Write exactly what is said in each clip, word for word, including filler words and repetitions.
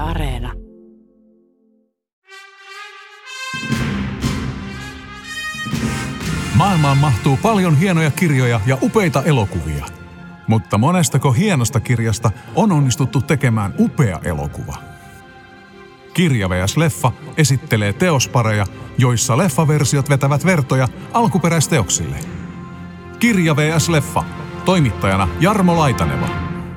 Areena. Maailmaan mahtuu paljon hienoja kirjoja ja upeita elokuvia. Mutta monestako hienosta kirjasta on onnistuttu tekemään upea elokuva? Kirja vs. Leffa esittelee teospareja, joissa leffaversiot vetävät vertoja alkuperäisteoksille. Kirja vs. Leffa. Toimittajana Jarmo Laitaneva.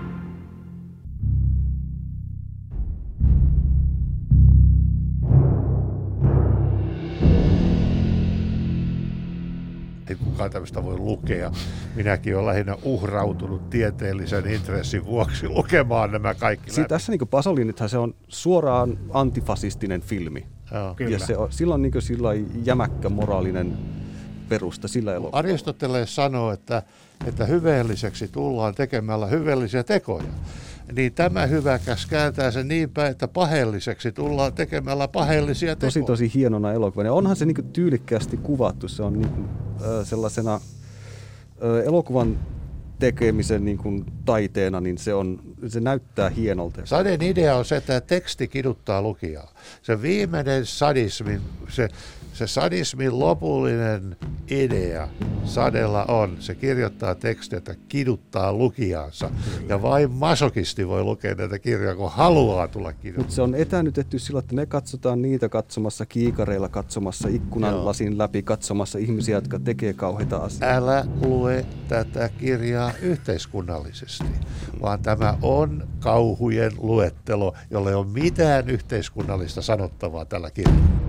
Ei kukaan tämmöistä voi lukea. Minäkin olen lähinnä uhrautunut tieteellisen intressin vuoksi lukemaan nämä kaikki läpi. Tässä niin Pasolinithan se on suoraan antifasistinen filmi. Joo. Ja se on, sillä on niin sillä jämäkkä moraalinen perusta sillä elokuvalla. Aristoteles sanoo, että, että hyveelliseksi tullaan tekemällä hyveellisiä tekoja. Niin tämä hyväkäs kääntää sen niin päin, että paheelliseksi tullaan tekemällä paheellisia tekoja. Tosi tosi hienona elokuvana. Ja onhan se niin tyylikkäästi kuvattu. Se on niin kuin, äh, sellaisena äh, elokuvan tekemisen niin kuin taiteena, niin se, on, se näyttää hienolta. Saden idea on se, että teksti kiduttaa lukijaa. Se viimeinen sadismin, se, se sadismin lopullinen idea Sadella on, se kirjoittaa tekstiä, että kiduttaa lukijaansa. Ja vain masokisti voi lukea näitä kirjoja, kun haluaa tulla kiduttaa. Mutta se on etänytetty sillä, että ne katsotaan niitä katsomassa kiikareilla, katsomassa ikkunan Joo. lasin läpi, katsomassa ihmisiä, jotka tekee kauheita asioita. Älä lue tätä kirjaa yhteiskunnallisesti, vaan tämä on kauhujen luettelo, jolle ei ole mitään yhteiskunnallista sanottavaa tällä kirjalla.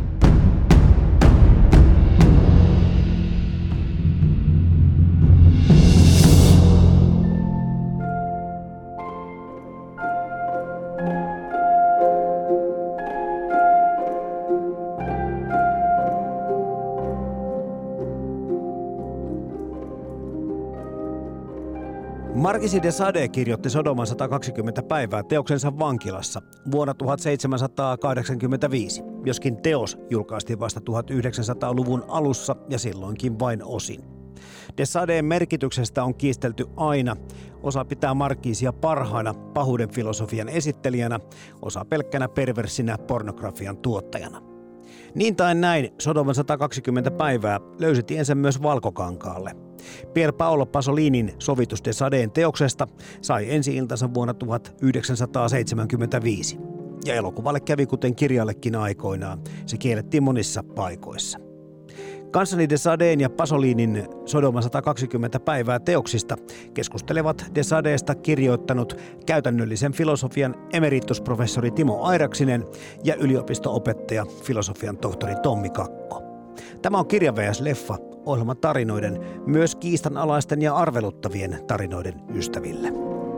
Marquis de Sade kirjoitti Sodoman sata kaksikymmentä päivää teoksensa vankilassa vuonna tuhatseitsemänsataakahdeksankymmentäviisi, joskin teos julkaistiin vasta tuhatyhdeksänsataaluvun alussa ja silloinkin vain osin. De Sadeen merkityksestä on kiistelty aina. Osa pitää Marquisia parhaana pahuuden filosofian esittelijänä, osa pelkkänä perversinä pornografian tuottajana. Niin tai näin, Sodoman sata kaksikymmentä päivää löysi tiensä myös valkokankaalle. Pier Paolo Pasolinin sovitus de Sadeen teoksesta sai ensi-iltansa vuonna tuhatyhdeksänsataaseitsemänkymmentäviisi. Ja elokuvalle kävi kuten kirjallekin aikoinaan. Se kiellettiin monissa paikoissa. Kanssani de Sadeen ja Pasolinin Sodoman sata kaksikymmentä päivää teoksista keskustelevat de Sadeesta kirjoittanut käytännöllisen filosofian emeritusprofessori Timo Airaksinen ja yliopisto-opettaja filosofian tohtori Tommi Kakko. Tämä on Kirja vs. Leffa, ohjelma tarinoiden, myös kiistanalaisten ja arveluttavien tarinoiden ystäville.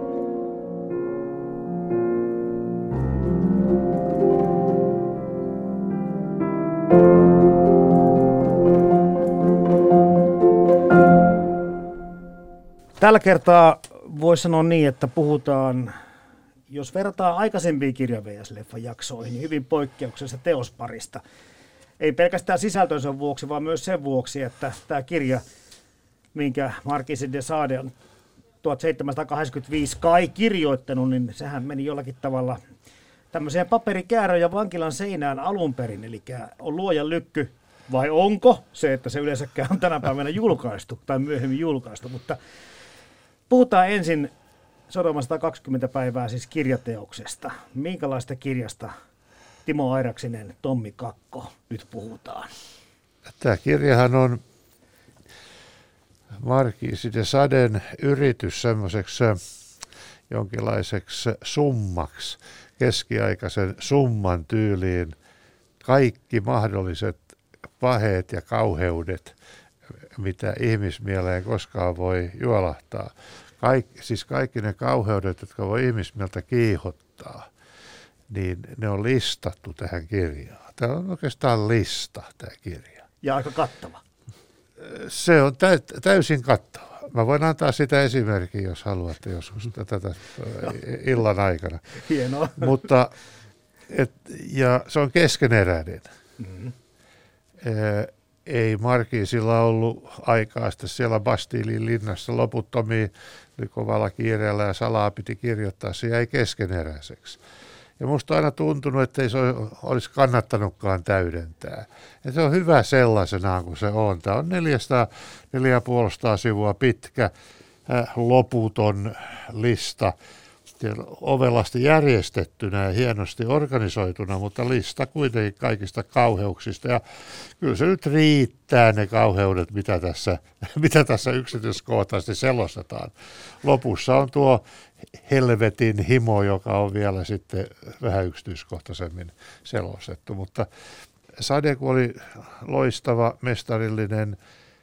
Tällä kertaa voisi sanoa niin, että puhutaan, jos verrataan aikaisempiin Kirja vs. Leffa jaksoihin, niin hyvin poikkeuksellisesta teosparista. Ei pelkästään sisältönsä vuoksi, vaan myös sen vuoksi, että tämä kirja, minkä Marquis de Sade on tuhatseitsemänsataakahdeksankymmentäviisi kai kirjoittanut, niin sehän meni jollakin tavalla tämmöiseen paperikäärön ja vankilan seinään alun perin. Eli on luojan lykky, vai onko se, että se yleensäkään on tänä päivänä julkaistu tai myöhemmin julkaistu. Mutta puhutaan ensin Sodoman sata kaksikymmentä päivää siis kirjateoksesta. Minkälaista kirjasta Timo Airaksinen, Tommi Kakko nyt puhutaan? Tämä kirjahan on Marquis de Saden yritys semmoiseksi jonkinlaiseksi summaksi, keskiaikaisen summan tyyliin kaikki mahdolliset paheet ja kauheudet, mitä ihmismieleen koskaan voi juolahtaa. Kaik, siis kaikki ne kauheudet, jotka voi ihmismieltä kiihottaa, niin ne on listattu tähän kirjaan. Tämä on oikeastaan lista, tämä kirja. Ja aika kattava. Se on täysin kattava. Mä voin antaa sitä esimerkkiä, jos haluatte joskus tätä illan aikana. Hienoa. Mutta, et, ja se on keskeneräinen. Mm-hmm. E, ei Marquisilla ollut aikaa sitten siellä Bastiilin linnassa loputtomiin, eli kovalla kiireellä ja salaa piti kirjoittaa, se jäi keskeneräiseksi. Ja musta on aina tuntunut, että ei se olisi kannattanutkaan täydentää. Ja se on hyvä sellaisenaan kuin se on. Tämä on neljäsataa, neljäsataaviisikymmentä sivua pitkä, äh, loputon lista. Ovelasti järjestettynä ja hienosti organisoituna, mutta lista kuitenkin kaikista kauheuksista. Ja kyllä se nyt riittää ne kauheudet, mitä tässä, mitä tässä yksityiskohtaisesti selostetaan. Lopussa on tuo helvetin himo, joka on vielä sitten vähän yksityiskohtaisemmin selostettu. Mutta Sade, kun oli loistava, mestarillinen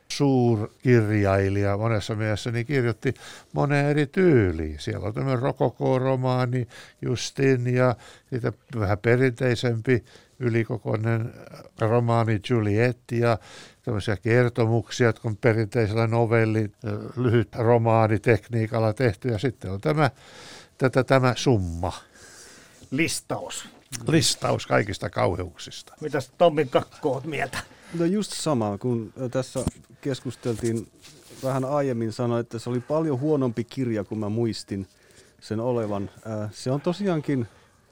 suurkirjailija monessa mielessä, niin kirjoitti moneen eri tyyliin. Siellä on tämmöinen rokoko-romaani Justin ja siitä vähän perinteisempi ylikokoinen romaani Juliet ja tämmöisiä kertomuksia, jotka on perinteisellä novelli, lyhyt romaanitekniikalla tehty. Ja sitten on tämä, tätä, tämä summa. Listaus. Listaus kaikista kauheuksista. Mitäs Tommin kakko oot mieltä? No just sama, kun tässä keskusteltiin vähän aiemmin, sanoin, että se oli paljon huonompi kirja, kun mä muistin sen olevan. Se on tosiaankin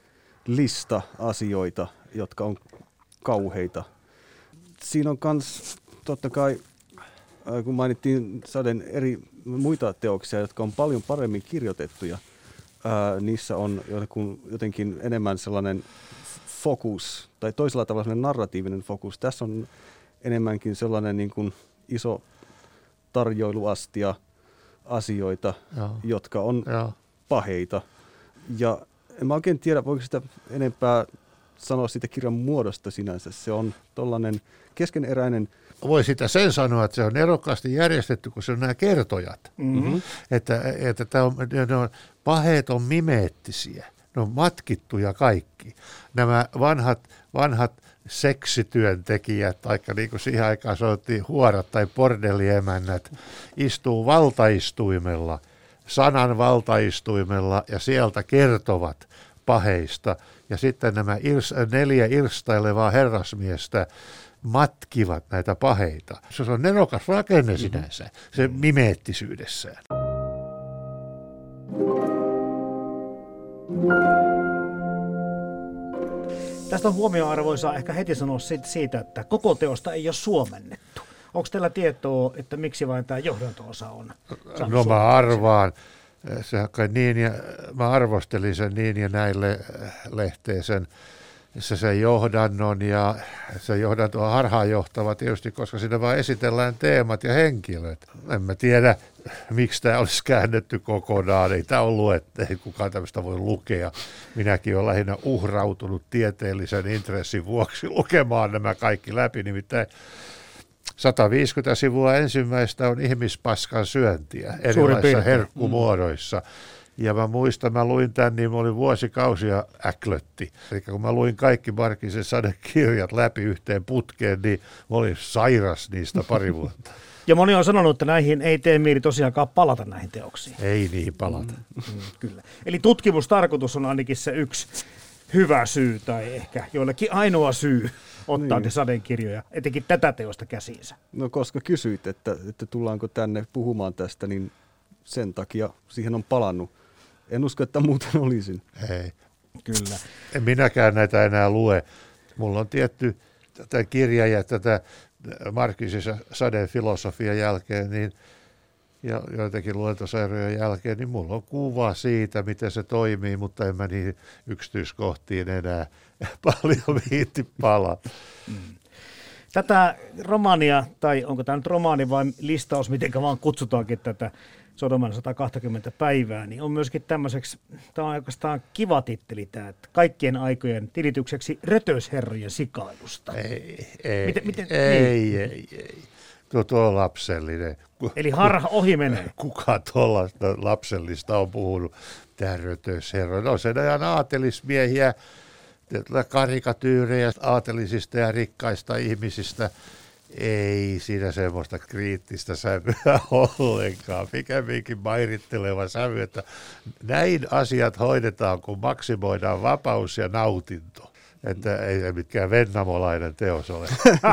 lista asioita, jotka on kauheita. Siinä on myös totta kai, kun mainittiin Saden eri muita teoksia, jotka on paljon paremmin kirjoitettuja, niissä on jotenkin enemmän sellainen fokus, tai toisella tavalla sellainen narratiivinen fokus. Tässä on enemmänkin sellainen niin kuin iso tarjoiluastia asioita, Joo. jotka on Joo. paheita. Ja en mä oikein tiedä, voiko sitä enempää sanoa siitä kirjan muodosta sinänsä. Se on tollainen keskeneräinen. Voi sitä sen sanoa, että se on erokkaasti järjestetty, kun se on nämä kertojat. Mm-hmm. Että, että tämä on, ne on, paheet on mimeettisiä. Ne on matkittuja kaikki. Nämä vanhat, vanhat seksityöntekijät, taikka niin kuin siihen aikaan sanottiin huorat tai bordelliemännät, istuu valtaistuimella, sanan valtaistuimella ja sieltä kertovat paheista. Ja sitten nämä irs, neljä irstailevaa herrasmiestä matkivat näitä paheita. Se on nerokas rakenne sinänsä, se mimeettisyydessään. Tästä on huomioarvoisaa ehkä heti sanoa siitä, että koko teosta ei ole suomennettu. Onko teillä tietoa, että miksi vain tämä johdanto-osa on? No mä arvaan. Se, niin ja, mä arvostelin sen niin ja näille lehteeseen se, se johdannon ja se johdanto on harhaanjohtava tietysti, koska siinä vaan esitellään teemat ja henkilöt. En mä tiedä, miksi tämä olisi käännetty kokonaan. Ei tämä ollut, että ei kukaan tämmöistä voi lukea. Minäkin olen lähinnä uhrautunut tieteellisen intressin vuoksi lukemaan nämä kaikki läpi. Nimittäin sata viisikymmentä sivua ensimmäistä on ihmispaskan syöntiä erilaisissa herkkumuodoissa. Ja mä muistan, mä luin tämän, niin mä olin vuosikausia äklötti. Eli kun mä luin kaikki Markisen Sade-kirjat läpi yhteen putkeen, niin mä olin sairas niistä pari vuotta. Ja moni on sanonut, että näihin ei tee mieli tosiaankaan palata näihin teoksiin. Ei niihin palata. Mm, mm, kyllä. Eli tutkimustarkoitus on ainakin se yksi hyvä syy, tai ehkä joillekin ainoa syy ottaa niin. ne Saden kirjoja, etenkin tätä teosta käsiinsä. No koska kysyit, että, että tullaanko tänne puhumaan tästä, niin sen takia siihen on palannut. En usko, että muuten olisin. Ei. Kyllä. En minäkään näitä enää lue. Mulla on tietty tätä kirja ja tätä Markisen Saden filosofian jälkeen niin, ja joitakin luentosarjojen jälkeen, niin mulla on kuva siitä, miten se toimii, mutta en mä niihin yksityiskohtiin enää paljon viitti palata. Mm. Tätä romaania, tai onko tämä nyt romaani vai listaus, miten vaan kutsutaankin tätä Sodoman sata kaksikymmentä päivää, niin on myöskin tämmöiseksi, tämä on oikeastaan kiva titteli tämä, että kaikkien aikojen tilitykseksi rötösherrojen sikailusta. Ei, ei, miten, miten, ei, niin? ei, ei. Tuo, tuo on lapsellinen. Eli harha ohi menee. Kuka tuollaista lapsellista on puhunut? Tämä rötösherra. No sen ajan aatelismiehiä, karikatyyrejä aatelisista ja rikkaista ihmisistä. Ei siinä semmoista kriittistä sävyä ollenkaan, pikemminkin mairitteleva sävy, että näin asiat hoidetaan, kun maksimoidaan vapaus ja nautinto. Että ei mitkään vennamolainen teos ole.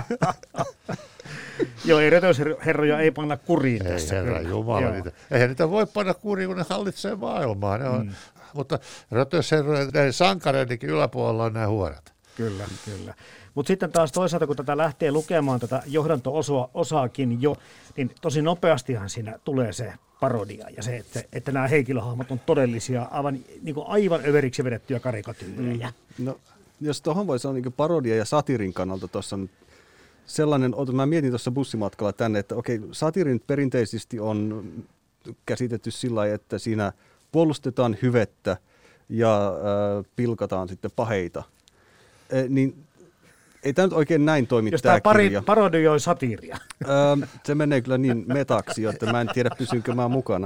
Joo, ei rötösherroja ei panna kuriin ei, tässä. Herra Jumala, niitä, eihän niitä voi panna kuriin, kun ne hallitsee maailmaa. Ne on mm. Mutta rötösherrojen sankareidenkin yläpuolella on nämä huorat. Kyllä, kyllä. Mutta sitten taas toisaalta, kun tätä lähtee lukemaan tätä johdanto-osaakin jo, niin tosi nopeastihan siinä tulee se parodia ja se, että, että nämä henkilöhahmot on todellisia, aivan, niin kuin aivan överiksi vedettyjä karikatyyrejä. Mm. No, jos tuohon voi sanoa niin parodia ja satirin kannalta tuossa sellainen, mä mietin tuossa bussimatkalla tänne, että okei, satirin perinteisesti on käsitetty sillä lailla, että siinä puolustetaan hyvettä ja äh, pilkataan sitten paheita. E, niin ei tämä nyt oikein näin toimi jos tämä pari, kirja. parodioi satiiria. Öö, se menee kyllä niin metaksi, että mä en tiedä pysynkö mä mukana.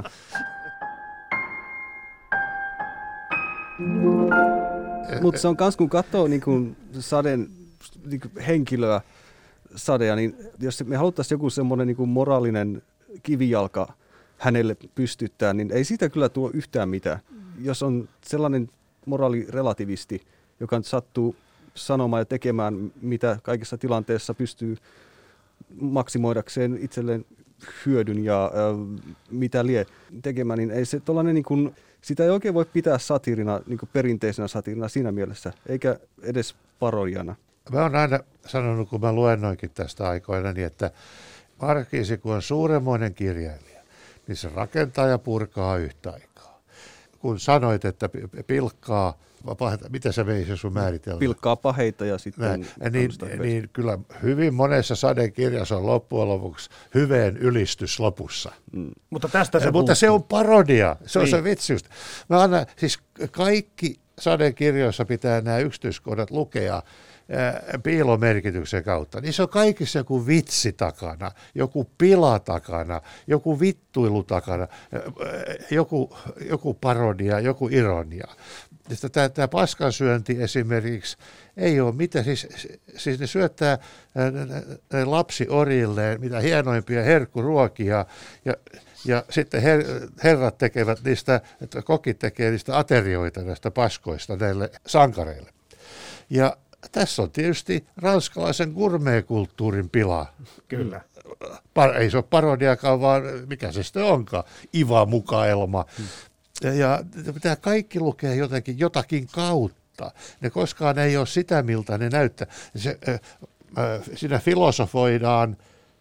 Mutta se on kans kun katsoo niin kun Saden niin kun henkilöä, Sadea, niin jos me haluttaisiin joku semmoinen niin kun moraalinen kivijalka hänelle pystyttää, niin ei siitä kyllä tuo yhtään mitään. Jos on sellainen moraalirelativisti, joka nyt sattuu sanomaan ja tekemään, mitä kaikissa tilanteissa pystyy maksimoidakseen itselleen hyödyn ja äh, mitä lie tekemään, niin ei se tollainen niin kuin, sitä ei oikein voi pitää satiirina, niin kuin perinteisenä satiirina siinä mielessä, eikä edes parodiana. Mä oon aina sanonut, kun mä luennoinkin tästä aikoina, niin että Markiisi, kun on suuremmoinen kirjailija, niin se rakentaa ja purkaa yhtä aikaa. Kun sanoit, että pilkkaa, mitä se veisi sun määritelmä? Pilkkaa paheita ja sitten... Niin, niin kyllä hyvin monessa Saden kirjassa on loppujen lopuksi hyveen ylistys lopussa. Mm. Mutta tästä se Mutta se on parodia, se on niin. se vitsi just. Mä annan, siis kaikki Saden kirjoissa pitää nämä yksityiskohdat lukea piilomerkityksen kautta. Niin se on kaikissa joku vitsi takana, joku pila takana, joku vittuilu takana, joku, joku parodia, joku ironia. Tämä, tämä paskansyönti esimerkiksi ei ole mitään, siis, siis ne syöttää ne lapsiorilleen mitä hienoimpia herkkuruokia ja, ja sitten her, herrat tekevät niistä, että kokit tekee niistä aterioita näistä paskoista näille sankareille. Ja tässä on tietysti ranskalaisen gourmet-kulttuurin pila. Kyllä. Par, ei se ole parodiakaan, vaan mikä se sitten onkaan, iva-mukaelma. Hmm. Ja pitää kaikki lukea jotenkin, jotakin kautta. Ne koskaan ei ole sitä, miltä ne näyttää. Se, äh, äh, siinä filosofoidaan.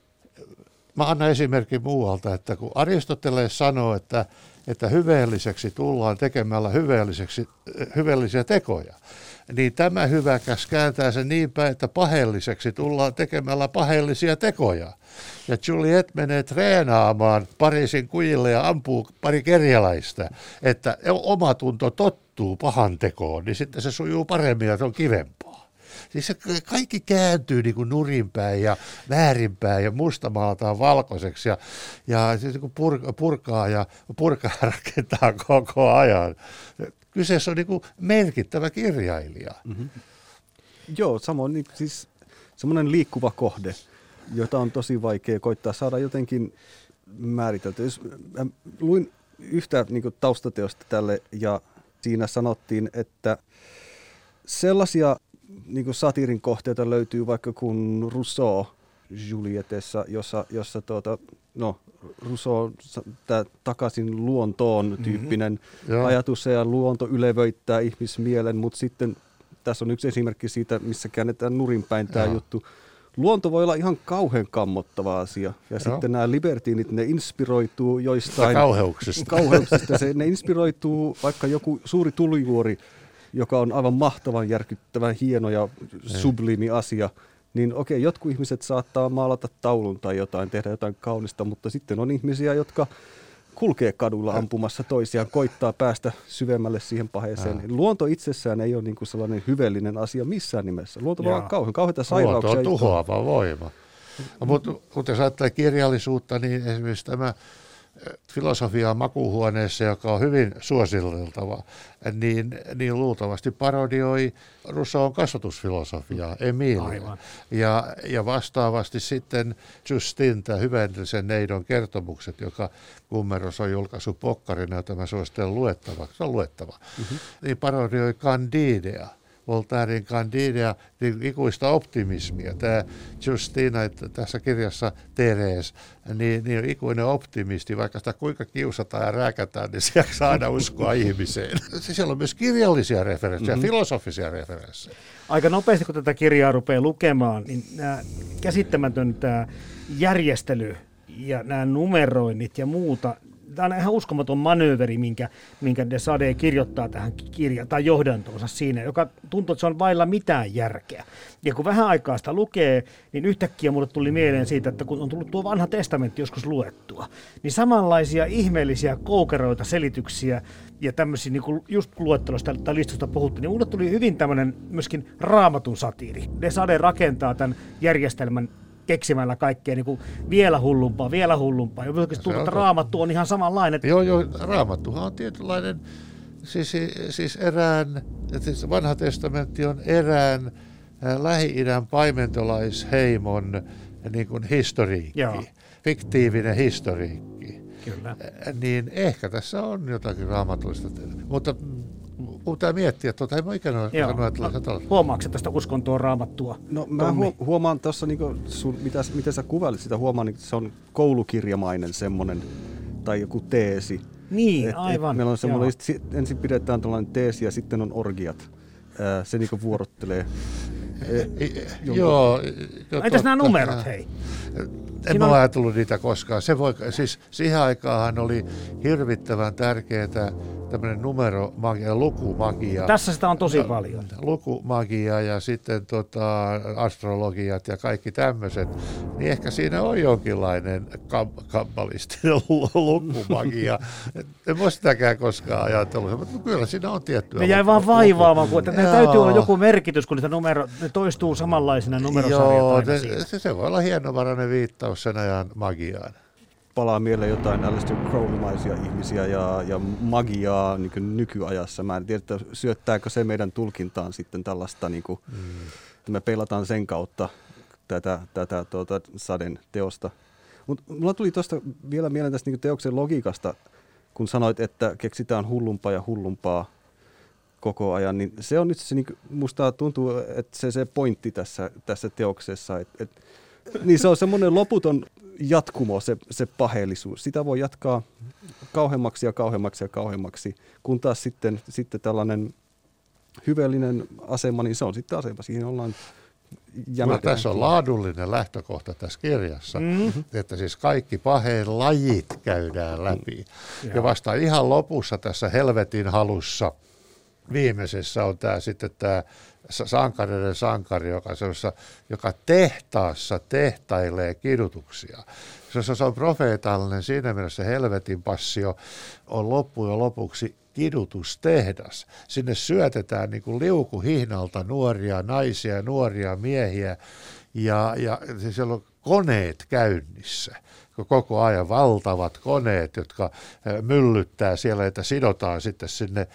Mä annan esimerkin muualta, että kun Aristoteles sanoo, että, että hyveelliseksi tullaan tekemällä hyveelliseksi, hyveellisiä tekoja, niin tämä hyväkäs kääntää sen niin päin, että paheelliseksi tullaan tekemällä paheellisia tekoja. Ja Juliet menee treenaamaan Pariisin kujille ja ampuu pari kerjäläistä, että omatunto tottuu pahan tekoon, niin sitten se sujuu paremmin ja se on kivempaa. Siis se kaikki kääntyy niin kuin nurinpäin ja väärinpäin ja mustamaalataan valkoiseksi ja, ja siis niin pur, purkaa ja purkaa rakentaa koko ajan. Kyseessä on niin kuin merkittävä kirjailija. Mm-hmm. Joo, samoin niin, siis semmoinen liikkuva kohde, jota on tosi vaikea koittaa saada jotenkin määriteltyä. Mä luin yhtä niin kuin taustateosta tälle ja siinä sanottiin, että sellaisia niin kuin satiirin kohteita löytyy vaikka kun Rousseau Julietessa, jossa, jossa tuota, no, Rousseau tämä takaisin luontoon tyyppinen mm-hmm. ajatus ja luonto ylevöittää ihmismielen, mutta sitten tässä on yksi esimerkki siitä, missä käännetään nurinpäin tämä juttu. Luonto voi olla ihan kauhean kammottava asia. Ja Joo. sitten nämä libertiinit, ne inspiroituu joistain... Kauheuksista. Kauheuksista. Se, ne inspiroituu vaikka joku suuri tulivuori, joka on aivan mahtavan, järkyttävän hieno ja subliimi asia. Niin okei, jotkut ihmiset saattaa maalata taulun tai jotain, tehdä jotain kaunista, mutta sitten on ihmisiä, jotka kulkee kadulla ampumassa toisiaan, koittaa päästä syvemmälle siihen paheeseen. Ja. Luonto itsessään ei ole niin kuin sellainen hyveellinen asia missään nimessä. Luonto voi olla kauhean, kauheita sairauksia. Luonto on tuhoava voima. No, mutta kun jos ajattelee kirjallisuutta, niin esimerkiksi tämä filosofia makuuhuoneessa, joka on hyvin suositeltava, niin, niin luultavasti parodioi Rousseaun kasvatusfilosofiaa, Emilia. Ja, ja vastaavasti sitten Justin, tämä hyvällisen neidon kertomukset, joka Kummeros on julkaissut pokkarina, jota mä suosittelen luettavaksi, se on luettava, mm-hmm. niin parodioi Candidea. Voltairen Candidea, niin ikuista optimismia. Tämä Justina, että tässä kirjassa Teres, niin, niin ikuinen optimisti, vaikka sitä kuinka kiusataan ja rääkätään, niin se jaksaa aina uskoa ihmiseen. Siellä on myös kirjallisia referenssejä, mm-hmm. filosofisia referenssejä. Aika nopeasti, kun tätä kirjaa rupeaa lukemaan, niin nämä käsittämätön tämä järjestely ja nämä numeroinnit ja muuta, tämä on ihan uskomaton manööveri, minkä, minkä de Sade kirjoittaa tähän kirjaan tai johdantoonsa siinä, joka tuntuu, että se on vailla mitään järkeä. Ja kun vähän aikaa sitä lukee, niin yhtäkkiä mulle tuli mieleen siitä, että kun on tullut tuo vanha testamentti joskus luettua, niin samanlaisia ihmeellisiä koukeroita, selityksiä ja tämmöisiä, niin kuin just luettelosta tai listosta puhuttiin, niin mulle tuli hyvin tämmöinen myöskin raamatun satiiri. De Sade rakentaa tämän järjestelmän keksimällä kaikkea niin kuin vielä hullumpaa, vielä hullumpaa. Ja oikeasti tuntuu, että Raamattu on ihan samanlainen. Joo, joo, Raamattuhan on tietynlainen, siis, siis erään, siis vanha testamentti on erään Lähi-idän paimentolaisheimon niin kuin historiikki, joo. fiktiivinen historiikki. Kyllä. Niin ehkä tässä on jotakin raamatullista, mutta pitää miettiä, että tuota ei mä ikinä ajatella. Huomaatko tästä uskontoa Raamattua? No mä Tommi? huomaan tuossa, niinku, mitä, miten sä kuvailit sitä, huomaan, että se on koulukirjamainen semmoinen, tai joku teesi. Niin, et, aivan. Et meillä on semmoinen, ensin pidetään tällainen teesi ja sitten on orgiat. Ää, se niinku vuorottelee. E, joo. Entäs nämä numerot, hei? En mä ole ajatellut niitä koskaan. Se voi, siis siihen aikaan oli hirvittävän tärkeää tämmöinen numeromagia, lukumagia. Tässä sitä on tosi paljon. Lukumagia ja sitten tota, astrologiat ja kaikki tämmöiset. Niin ehkä siinä on jonkinlainen kam- kabbalistinen lukumagia. En voi sitäkään koskaan ajatella, mutta kyllä siinä on tiettyä. Ne jäi vaan vaivaamaan, kun ne täytyy olla joku merkitys, kun niitä numero, ne toistuu samanlaisina numerosarjat. Joo, se, se voi olla hienovarainen viittaus sen ajan magiaan. Palaa mieleen jotain Aleister Crowley-maisia ihmisiä ja, ja magiaa niin nykyajassa. Mä en tiedä, että syöttääkö se meidän tulkintaan sitten tällaista, niin kuin, mm. me peilataan sen kautta tätä, tätä tuota, Saden teosta. Mutta mulla tuli tuosta vielä mieleen tästä niin teoksen logiikasta, kun sanoit, että keksitään hullumpaa ja hullumpaa koko ajan, niin se on nyt se, niin musta tuntuu, että se, se pointti tässä, tässä teoksessa, että, että niin se on semmoinen loputon jatkumo, se, se paheellisuus. Sitä voi jatkaa kauemmaksi ja kauemmaksi ja kauemmaksi, kun taas sitten, sitten tällainen hyvällinen asema, niin se on sitten asema. Siihen ollaan no, tässä on laadullinen lähtökohta tässä kirjassa, mm-hmm. että siis kaikki paheen lajit käydään läpi. Mm. Ja vasta ihan lopussa tässä helvetin halussa viimeisessä on tämä sitten tämä sankareiden sankari, joka, joka tehtaassa tehtailee kidutuksia. Se, se on profeetallinen, siinä mielessä helvetin passio on loppujen lopuksi kidutustehdas. Sinne syötetään niin kuin liukuhihnalta nuoria naisia, nuoria miehiä ja, ja siellä on koneet käynnissä. Koko ajan valtavat koneet, jotka myllyttää siellä, että sidotaan sitten sinne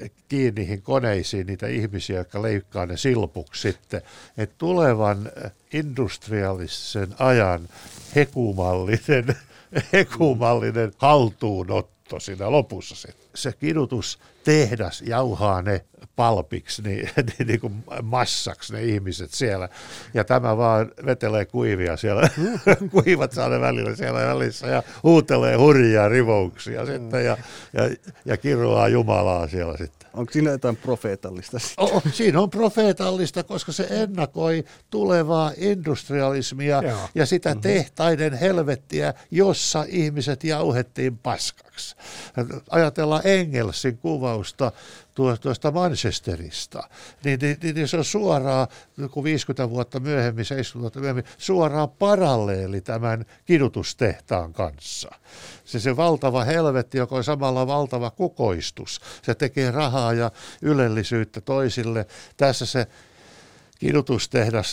kiinni koneisiin niitä ihmisiä, jotka leikkaa ne silpuksi sitten. Että tulevan industrialistisen ajan hekumallinen, hekumallinen haltuunotto siinä lopussa. Se, se kidutustehdas jauhaa ne palpiksi, niin, niin, niin kuin massaksi ne ihmiset siellä. Ja tämä vaan vetelee kuivia siellä, kuivat saa ne välillä siellä välissä ja huutelee hurjia rivouksia sitten ja, ja, ja kiroaa Jumalaa siellä sitten. Onko siinä jotain profeetallista? Oh, siinä on profeetallista, koska se ennakoi tulevaa industrialismia Joo. ja sitä tehtaiden helvettiä, jossa ihmiset jauhettiin paskaksi. Ajatellaan Engelsin kuvausta tuosta Manchesterista, niin, niin, niin se on suoraan, kun viisikymmentä vuotta myöhemmin, seitsemänkymmentä vuotta myöhemmin, suoraan paralleeli tämän kidutustehtaan kanssa. Se, se valtava helvetti, joka on samalla valtava kukoistus. Se tekee rahaa ja ylellisyyttä toisille. Tässä se kidutustehdas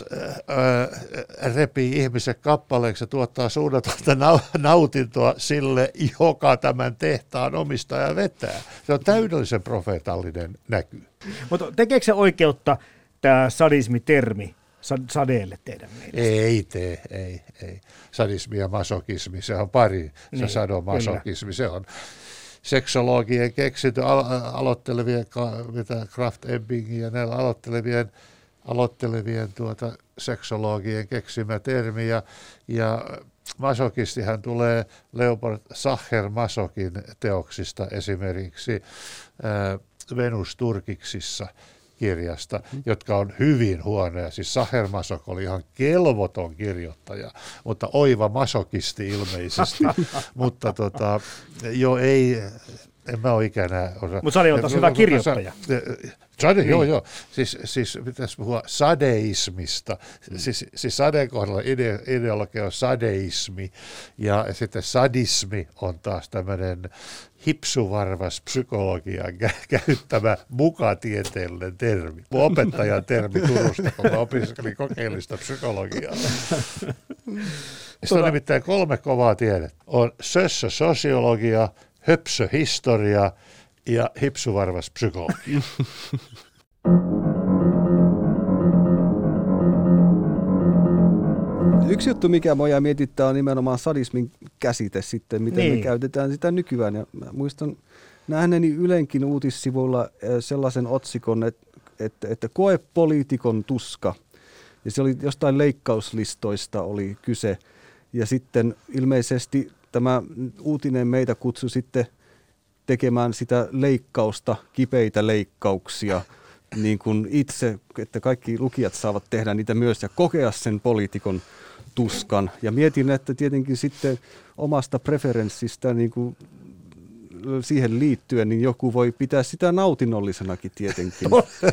ää, repii ihmiset kappaleeksi ja tuottaa suunnatonta nautintoa sille, joka tämän tehtaan omistaa ja vetää. Se on täydellisen profeetallinen näky. Mutta tekeekö se oikeutta tämä sadismi-termi Sadeelle teidän mielestä? Ei tee, ei, ei. Sadismi ja masokismi, se on pari. Se niin, sadomasokismi, se on. seksologien keksintö, alo- aloittelevien, mitä Kraft Ebbingin ja näillä aloittelevien, aloittelevien tuota, seksologien keksimä termi. Ja, ja masokistihan tulee Leopold Sacher-Masokin teoksista esimerkiksi ää, Venus Turkiksissa kirjasta, jotka on hyvin huonoja. Siis Sacher-Masok oli ihan kelvoton kirjoittaja, mutta oiva masokisti ilmeisesti. mutta tota, jo ei, en mä ole ikänä osaa. Mutta Sade on taas hyvä kirjoittaja. Sade, niin. joo, joo. Siis, siis pitäisi puhua sadeismista. Mm. Siis, siis Sadeen kohdalla ide, ideologia on sadeismi, ja sitten sadismi on taas tämmöinen hipsuvarvas psykologian kä- käyttämä mukatieteellinen termi. Mun opettajan termi Turusta, kun mä opiskelin kokeellista psykologiaa. Se on nimittäin kolme kovaa tiedettä. On sössö sosiologia, höpsö historia ja hipsuvarvas psykologia. Yksi juttu, mikä mua mietittää, on nimenomaan sadismin käsite sitten, miten niin. me käytetään sitä nykyään. Ja mä muistan nähneeni Ylenkin uutissivuilla sellaisen otsikon, että, että, että koe poliitikon tuska. Ja se oli jostain leikkauslistoista oli kyse. Ja sitten ilmeisesti tämä uutinen meitä kutsui sitten tekemään sitä leikkausta, kipeitä leikkauksia, niin kuin itse, että kaikki lukijat saavat tehdä niitä myös ja kokea sen poliitikon tuskan. Ja mietin, että tietenkin sitten omasta preferenssistä niin kuin siihen liittyen, niin joku voi pitää sitä nautinnollisenakin tietenkin.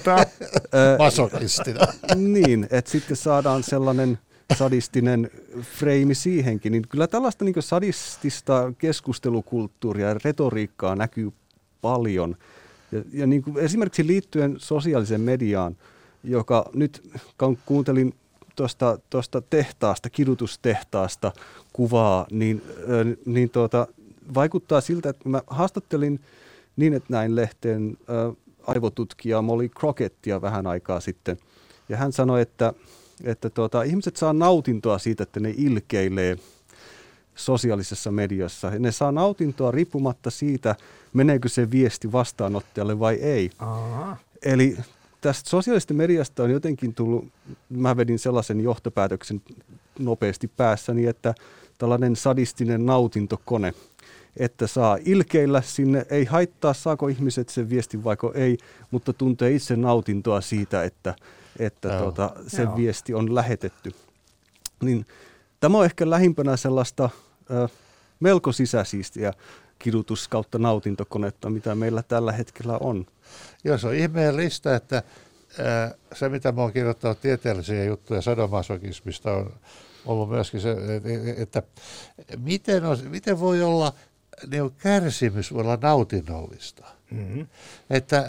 Masokistina. Niin, että sitten saadaan sellainen sadistinen freimi siihenkin, niin kyllä tällaista niin kuin sadistista keskustelukulttuuria ja retoriikkaa näkyy paljon. Ja, ja niin kuin esimerkiksi liittyen sosiaaliseen mediaan, joka nyt kun kuuntelin tuosta, tuosta tehtaasta, kidutustehtaasta kuvaa, niin, äh, niin tuota, vaikuttaa siltä, että mä haastattelin Niin et Näin -lehteen äh, aivotutkija Molly Crockettia vähän aikaa sitten, ja hän sanoi, että että tuota, ihmiset saa nautintoa siitä, että ne ilkeilee sosiaalisessa mediassa. Ne saa nautintoa riippumatta siitä, meneekö se viesti vastaanottajalle vai ei. Aha. Eli tästä sosiaalisesta mediasta on jotenkin tullut, mä vedin sellaisen johtopäätöksen nopeasti päässäni, että tällainen sadistinen nautintokone, että saa ilkeillä sinne, ei haittaa saako ihmiset sen viestin vaiko ei, mutta tuntee itse nautintoa siitä, että että tuota, se Joo. viesti on lähetetty. Niin, tämä on ehkä lähimpänä sellaista ö, melko sisäsiistiä kidutus kautta nautintokonetta, mitä meillä tällä hetkellä on. Joo, se on ihmeellistä, että ää, se mitä mä oon kirjoittanut tieteellisiä juttuja sadomasokismista on ollut myöskin se, että miten, on, miten voi olla, niin kärsimys voi olla nautinnollista. Mm-hmm. Että,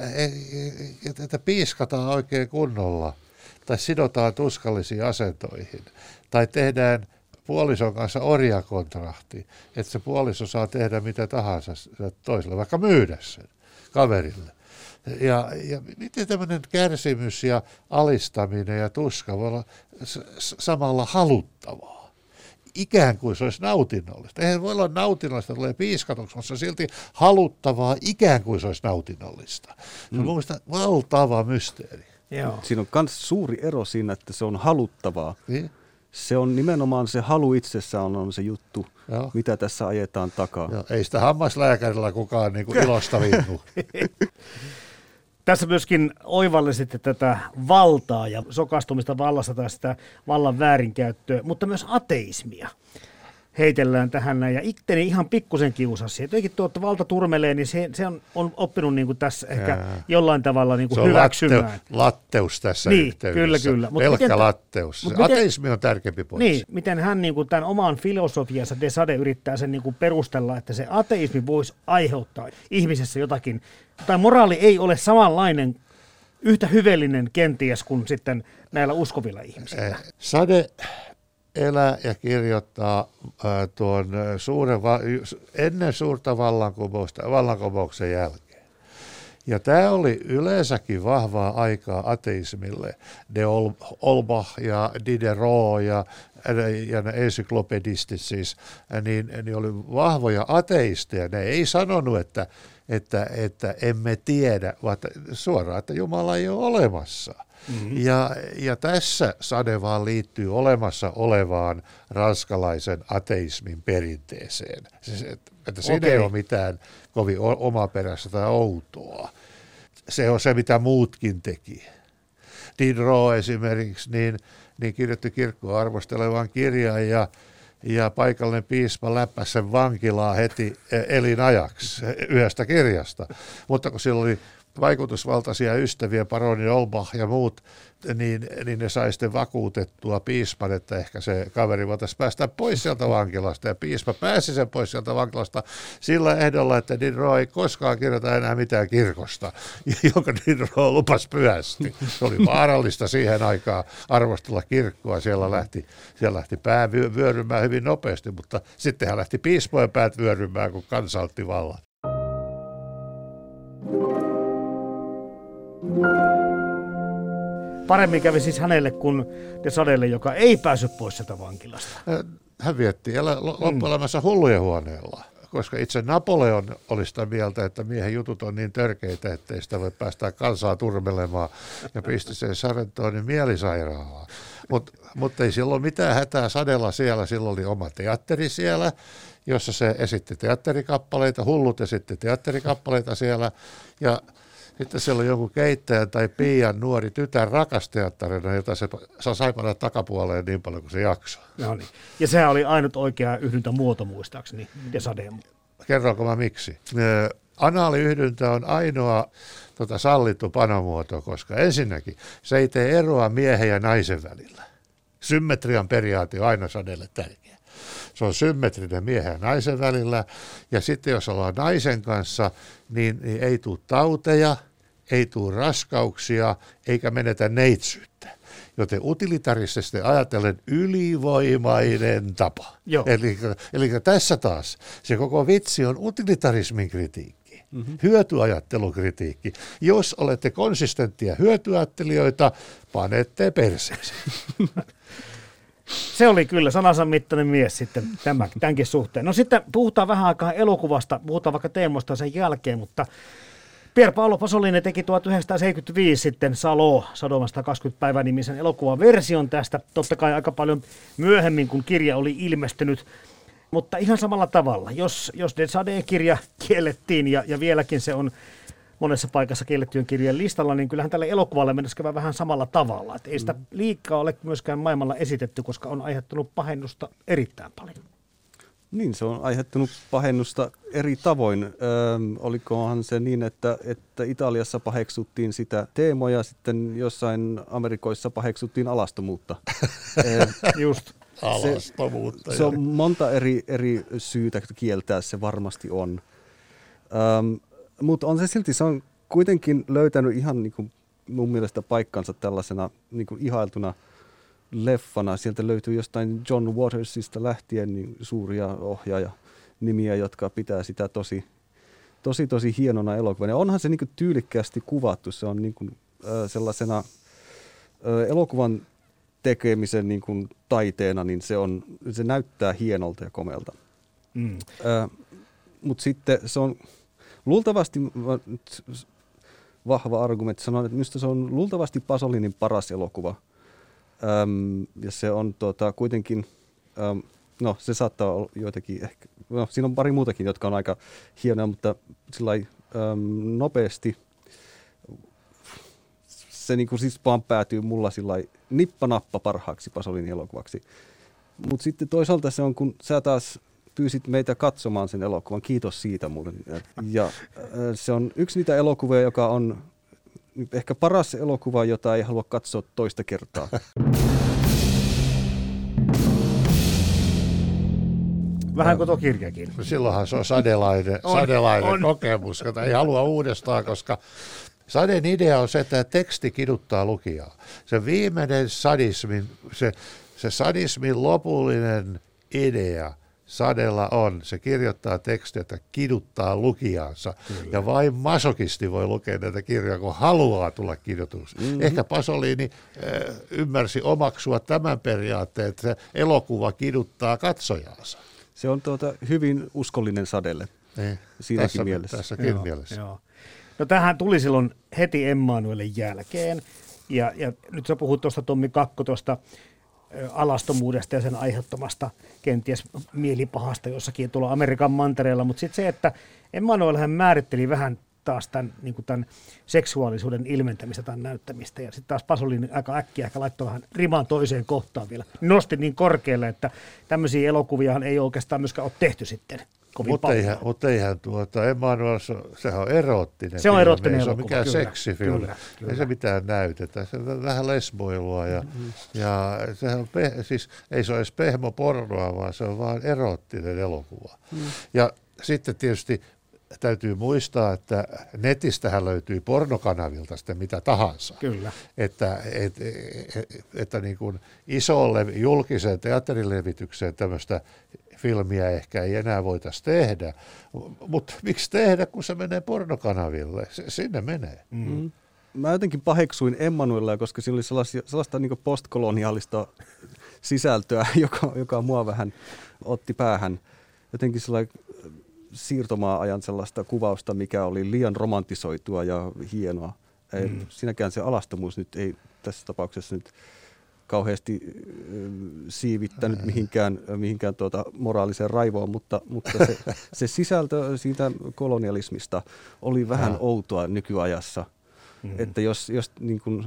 että, että piiskataan oikein kunnolla tai sidotaan tuskallisiin asentoihin tai tehdään puolison kanssa orjakontrahti, että se puoliso saa tehdä mitä tahansa toiselle, vaikka myydä sen kaverille. Ja, ja miten tämmöinen kärsimys ja alistaminen ja tuska voi olla s- samalla haluttavaa. Ikään kuin se olisi nautinnollista. Eihän voi olla nautinnollista, tulee piiskatuksi, mutta se on silti haluttavaa, ikään kuin se olisi nautinnollista. Se on mm. mielestäni valtava mysteeri. Joo. Siinä on myös suuri ero siinä, että se on haluttavaa. Niin? Se on nimenomaan se halu itsessään on se juttu, Joo. mitä tässä ajetaan takaa. Joo. Ei sitä hammaslääkärillä kukaan niin kuin ilosta vinnu. Tässä myöskin oivallisitte tätä valtaa ja sokastumista vallassa tai sitä vallan väärinkäyttöä, mutta myös ateismia heitellään tähän näin. Ja itteni ihan pikkusen kiusasi. Jotenkin tuo, että valta turmelee, niin se, se on, on oppinut niin kuin tässä ehkä Jää. jollain tavalla niin kuin hyväksymään. Latte, latteus tässä niin, yhteydessä. Kyllä, kyllä. Mut Pelkkä miten, latteus. Mut ateismi miten, on tärkeämpi pointti. Niin, miten hän niin kuin tämän oman filosofiansa de Sade yrittää sen niin kuin perustella, että se ateismi voisi aiheuttaa ihmisessä jotakin. Tai moraali ei ole samanlainen, yhtä hyveellinen kenties kuin sitten näillä uskovilla ihmisillä. Sade elää ja kirjoittaa äh, tuon suuren, va- ennen suurta vallankumousta, vallankumouksen jälkeen. Ja tämä oli yleensäkin vahvaa aikaa ateismille. De Olbach ja Diderot ja, ja ne ensyklopedistit siis, niin ne oli vahvoja ateisteja. Ne ei sanonut, että, että, että emme tiedä, vaan suoraan, että Jumala ei ole olemassa. Mm-hmm. Ja, ja tässä Sade vaan liittyy olemassa olevaan ranskalaisen ateismin perinteeseen. Siis, että, että siinä okay. ei ole mitään kovin omaperäistä tai outoa. Se on se, mitä muutkin teki. Diderot esimerkiksi niin, niin kirjoitti kirkkoa arvostelevan kirjan ja, ja paikallinen piispa läppäsi sen vankilaa heti elinajaksi yhdestä kirjasta. Mutta kun sillä oli vaikutusvaltaisia ystäviä, paroni Olbach ja muut, niin, niin ne sai sitten vakuutettua piispan, että ehkä se kaveri voitaisiin päästä pois sieltä vankilasta. Ja piispa pääsi sen pois sieltä vankilasta sillä ehdolla, että Diderot ei koskaan kirjoita enää mitään kirkosta, jonka Diderot lupasi pyhästi. Se oli vaarallista siihen aikaan arvostella kirkkoa. Siellä lähti, siellä lähti pää vyörymään hyvin nopeasti, mutta sitten hän lähti piispojen päät vyörymään, kun kansa otti vallan. Paremmin kävi siis hänelle kuin de Sadelle, joka ei päässyt pois sieltä vankilasta. Hän vietti elä, loppuelämässä hullujen huoneella, koska itse Napoleon oli sitä mieltä, että miehen jutut on niin törkeitä, ettei sitä voi päästää kansaa turmelemaan ja pisti sen Sarentonin mielisairaalaan. Mut, mutta ei silloin mitään hätää Sadella siellä, silloin oli oma teatteri siellä, jossa se esitti teatterikappaleita, hullut esitti teatterikappaleita siellä ja sitten siellä on joku keittäjän tai piian nuori tytär rakasteattarina, jota se sai panna takapuoleen niin paljon kuin se jaksoi. No niin. Ja sehän oli ainut oikea yhdyntämuoto muistaakseni, de Sadeen. Kerronko mä miksi? Anaaliyhdyntä on ainoa tota, sallittu panomuoto, koska ensinnäkin se ei tee eroa miehen ja naisen välillä. Symmetrian periaate on aina Sadelle tärkeä. Se on symmetrinen miehen ja naisen välillä, ja sitten jos ollaan naisen kanssa, niin, niin ei tule tauteja, ei tule raskauksia, eikä menetä neitsyyttä. Joten utilitarisesti ajatellen ylivoimainen tapa. Eli, eli tässä taas se koko vitsi on utilitarismin kritiikki, mm-hmm. hyötyajattelukritiikki. Jos olette konsistenttia hyötyajattelijoita, panette perseeseen. Se oli kyllä sanansa mittainen mies sitten tämän, tämänkin suhteen. No sitten puhutaan vähän aikaa elokuvasta, puhutaan vaikka teemoista sen jälkeen, mutta Pier Paolo Pasolini teki tuhatyhdeksänsataaseitsemänkymmentäviisi sitten Salo, Sodoman sata kaksikymmentä päivää nimisen elokuvan version tästä, totta kai aika paljon myöhemmin, kun kirja oli ilmestynyt, mutta ihan samalla tavalla. Jos, jos de Sade-kirja kiellettiin ja, ja vieläkin se on monessa paikassa kiellettyjen kirjeen listalla, niin kyllähän tälle elokuvalle mennessä käydä vähän samalla tavalla. Et ei sitä liikaa ole myöskään maailmalla esitetty, koska on aiheuttanut pahennusta erittäin paljon. Niin, se on aiheuttanut pahennusta eri tavoin. Öö, olikohan se niin, että, että Italiassa paheksuttiin sitä teemoja, sitten jossain Amerikoissa paheksuttiin alastomuutta. e, Just. Alastomuutta. Se, se on monta eri, eri syytä kieltää, se varmasti on. Öm, Mutta on se silti, se on kuitenkin löytänyt ihan niin kuin mun mielestä paikkansa tällaisena niin kuin ihailtuna leffana. Sieltä löytyy jostain John Watersista lähtien niin suuria ohjaaja-nimiä, jotka pitää sitä tosi, tosi, tosi hienona elokuvana. Ja onhan se niin kuin tyylikkäästi kuvattu. Se on niin kuin, äh, sellaisena äh, elokuvan tekemisen niin kuin taiteena, niin se, on, se näyttää hienolta ja komealta. Mm. Äh, Mutta sitten se on luultavasti, vahva argumentti sanon, että minusta se on luultavasti Pasolinin paras elokuva. Öm, ja se on tota, kuitenkin, öm, no se saattaa olla joitakin, ehkä, no siinä on pari muutakin, jotka on aika hienoja, mutta sillai, öm, nopeasti se niinku siis vaan päätyy mulla sillai nippanappa parhaaksi Pasolinin elokuvaksi. Mutta sitten toisaalta se on, kun sä taas pyysit meitä katsomaan sen elokuvan. Kiitos siitä muuten. Ja se on yksi niitä elokuvia, joka on ehkä paras elokuva, jota ei halua katsoa toista kertaa. Vähän kuin tuo kirjakin. Silloinhan se on sadelainen, on, sadelainen on. kokemus, jota ei halua uudestaan, koska Sadeen idea on se, että teksti kiduttaa lukijaa. Se viimeinen sadismin, se, se sadismin lopullinen idea Sadella on. Se kirjoittaa tekstiä, että kiduttaa lukijansa. Kyllä. Ja vain masokisti voi lukea näitä kirjoja, kun haluaa tulla kidutuksi. Mm-hmm. Ehkä Pasolini äh, ymmärsi omaksua tämän periaatteen, että se elokuva kiduttaa katsojaansa. Se on tuota hyvin uskollinen Sadelle niin. siinäkin Tässä, mielessä. Tässäkin joo, mielessä. Joo. No tämähän tuli silloin heti Emmanuelin jälkeen. Ja, ja nyt sä puhut tuosta Tommi Kakko tuosta alastomuudesta ja sen aiheuttamasta kenties mielipahasta jossakin tuolla Amerikan mantereella, mutta sitten se, että Emmanuelhän määritteli vähän taas tämän, niin kuin tämän seksuaalisuuden ilmentämistä tai näyttämistä, ja sitten taas Pasolini aika äkkiä ehkä laittoi vähän riman toiseen kohtaan vielä. Nosti niin korkealle, että tämmöisiä elokuviahan ei oikeastaan myöskään ole tehty sitten kovin Mutta paljon. eihän, mutta eihän tuota, Emmanuel, sehän on erottinen. Se on erottinen filmi. elokuva. Se on mikään kyllä, seksifilmi. Kyllä, kyllä. Ei se mitään näytetä. Se on vähän lesboilua ja, mm-hmm. ja sehän on pe- siis ei se ole edes pehmopornoa, vaan se on vaan erottinen elokuva. Mm. Ja sitten tietysti täytyy muistaa, että netistähän löytyy pornokanavilta sitten mitä tahansa. Kyllä. Että, et, et, että niin kuin isolle julkiseen teatterilevitykseen tämmöistä filmiä ehkä ei enää voitaisiin tehdä, mutta miksi tehdä, kun se menee pornokanaville? Se, sinne menee. Mm. Mä jotenkin paheksuin Emmanuelia, koska siinä oli sellaista, sellaista niin postkoloniaalista sisältöä, joka, joka mua vähän otti päähän. Jotenkin sellainen siirtomaa-ajan sellaista kuvausta, mikä oli liian romantisoitua ja hienoa. Ei, mm. Siinäkään se alastomuus nyt ei tässä tapauksessa nyt kauheasti siivittänyt mihinkään, mihinkään tuota moraaliseen raivoon, mutta, mutta se, se sisältö siitä kolonialismista oli vähän ja. outoa nykyajassa. Mm-hmm. Että jos, jos niin kuin,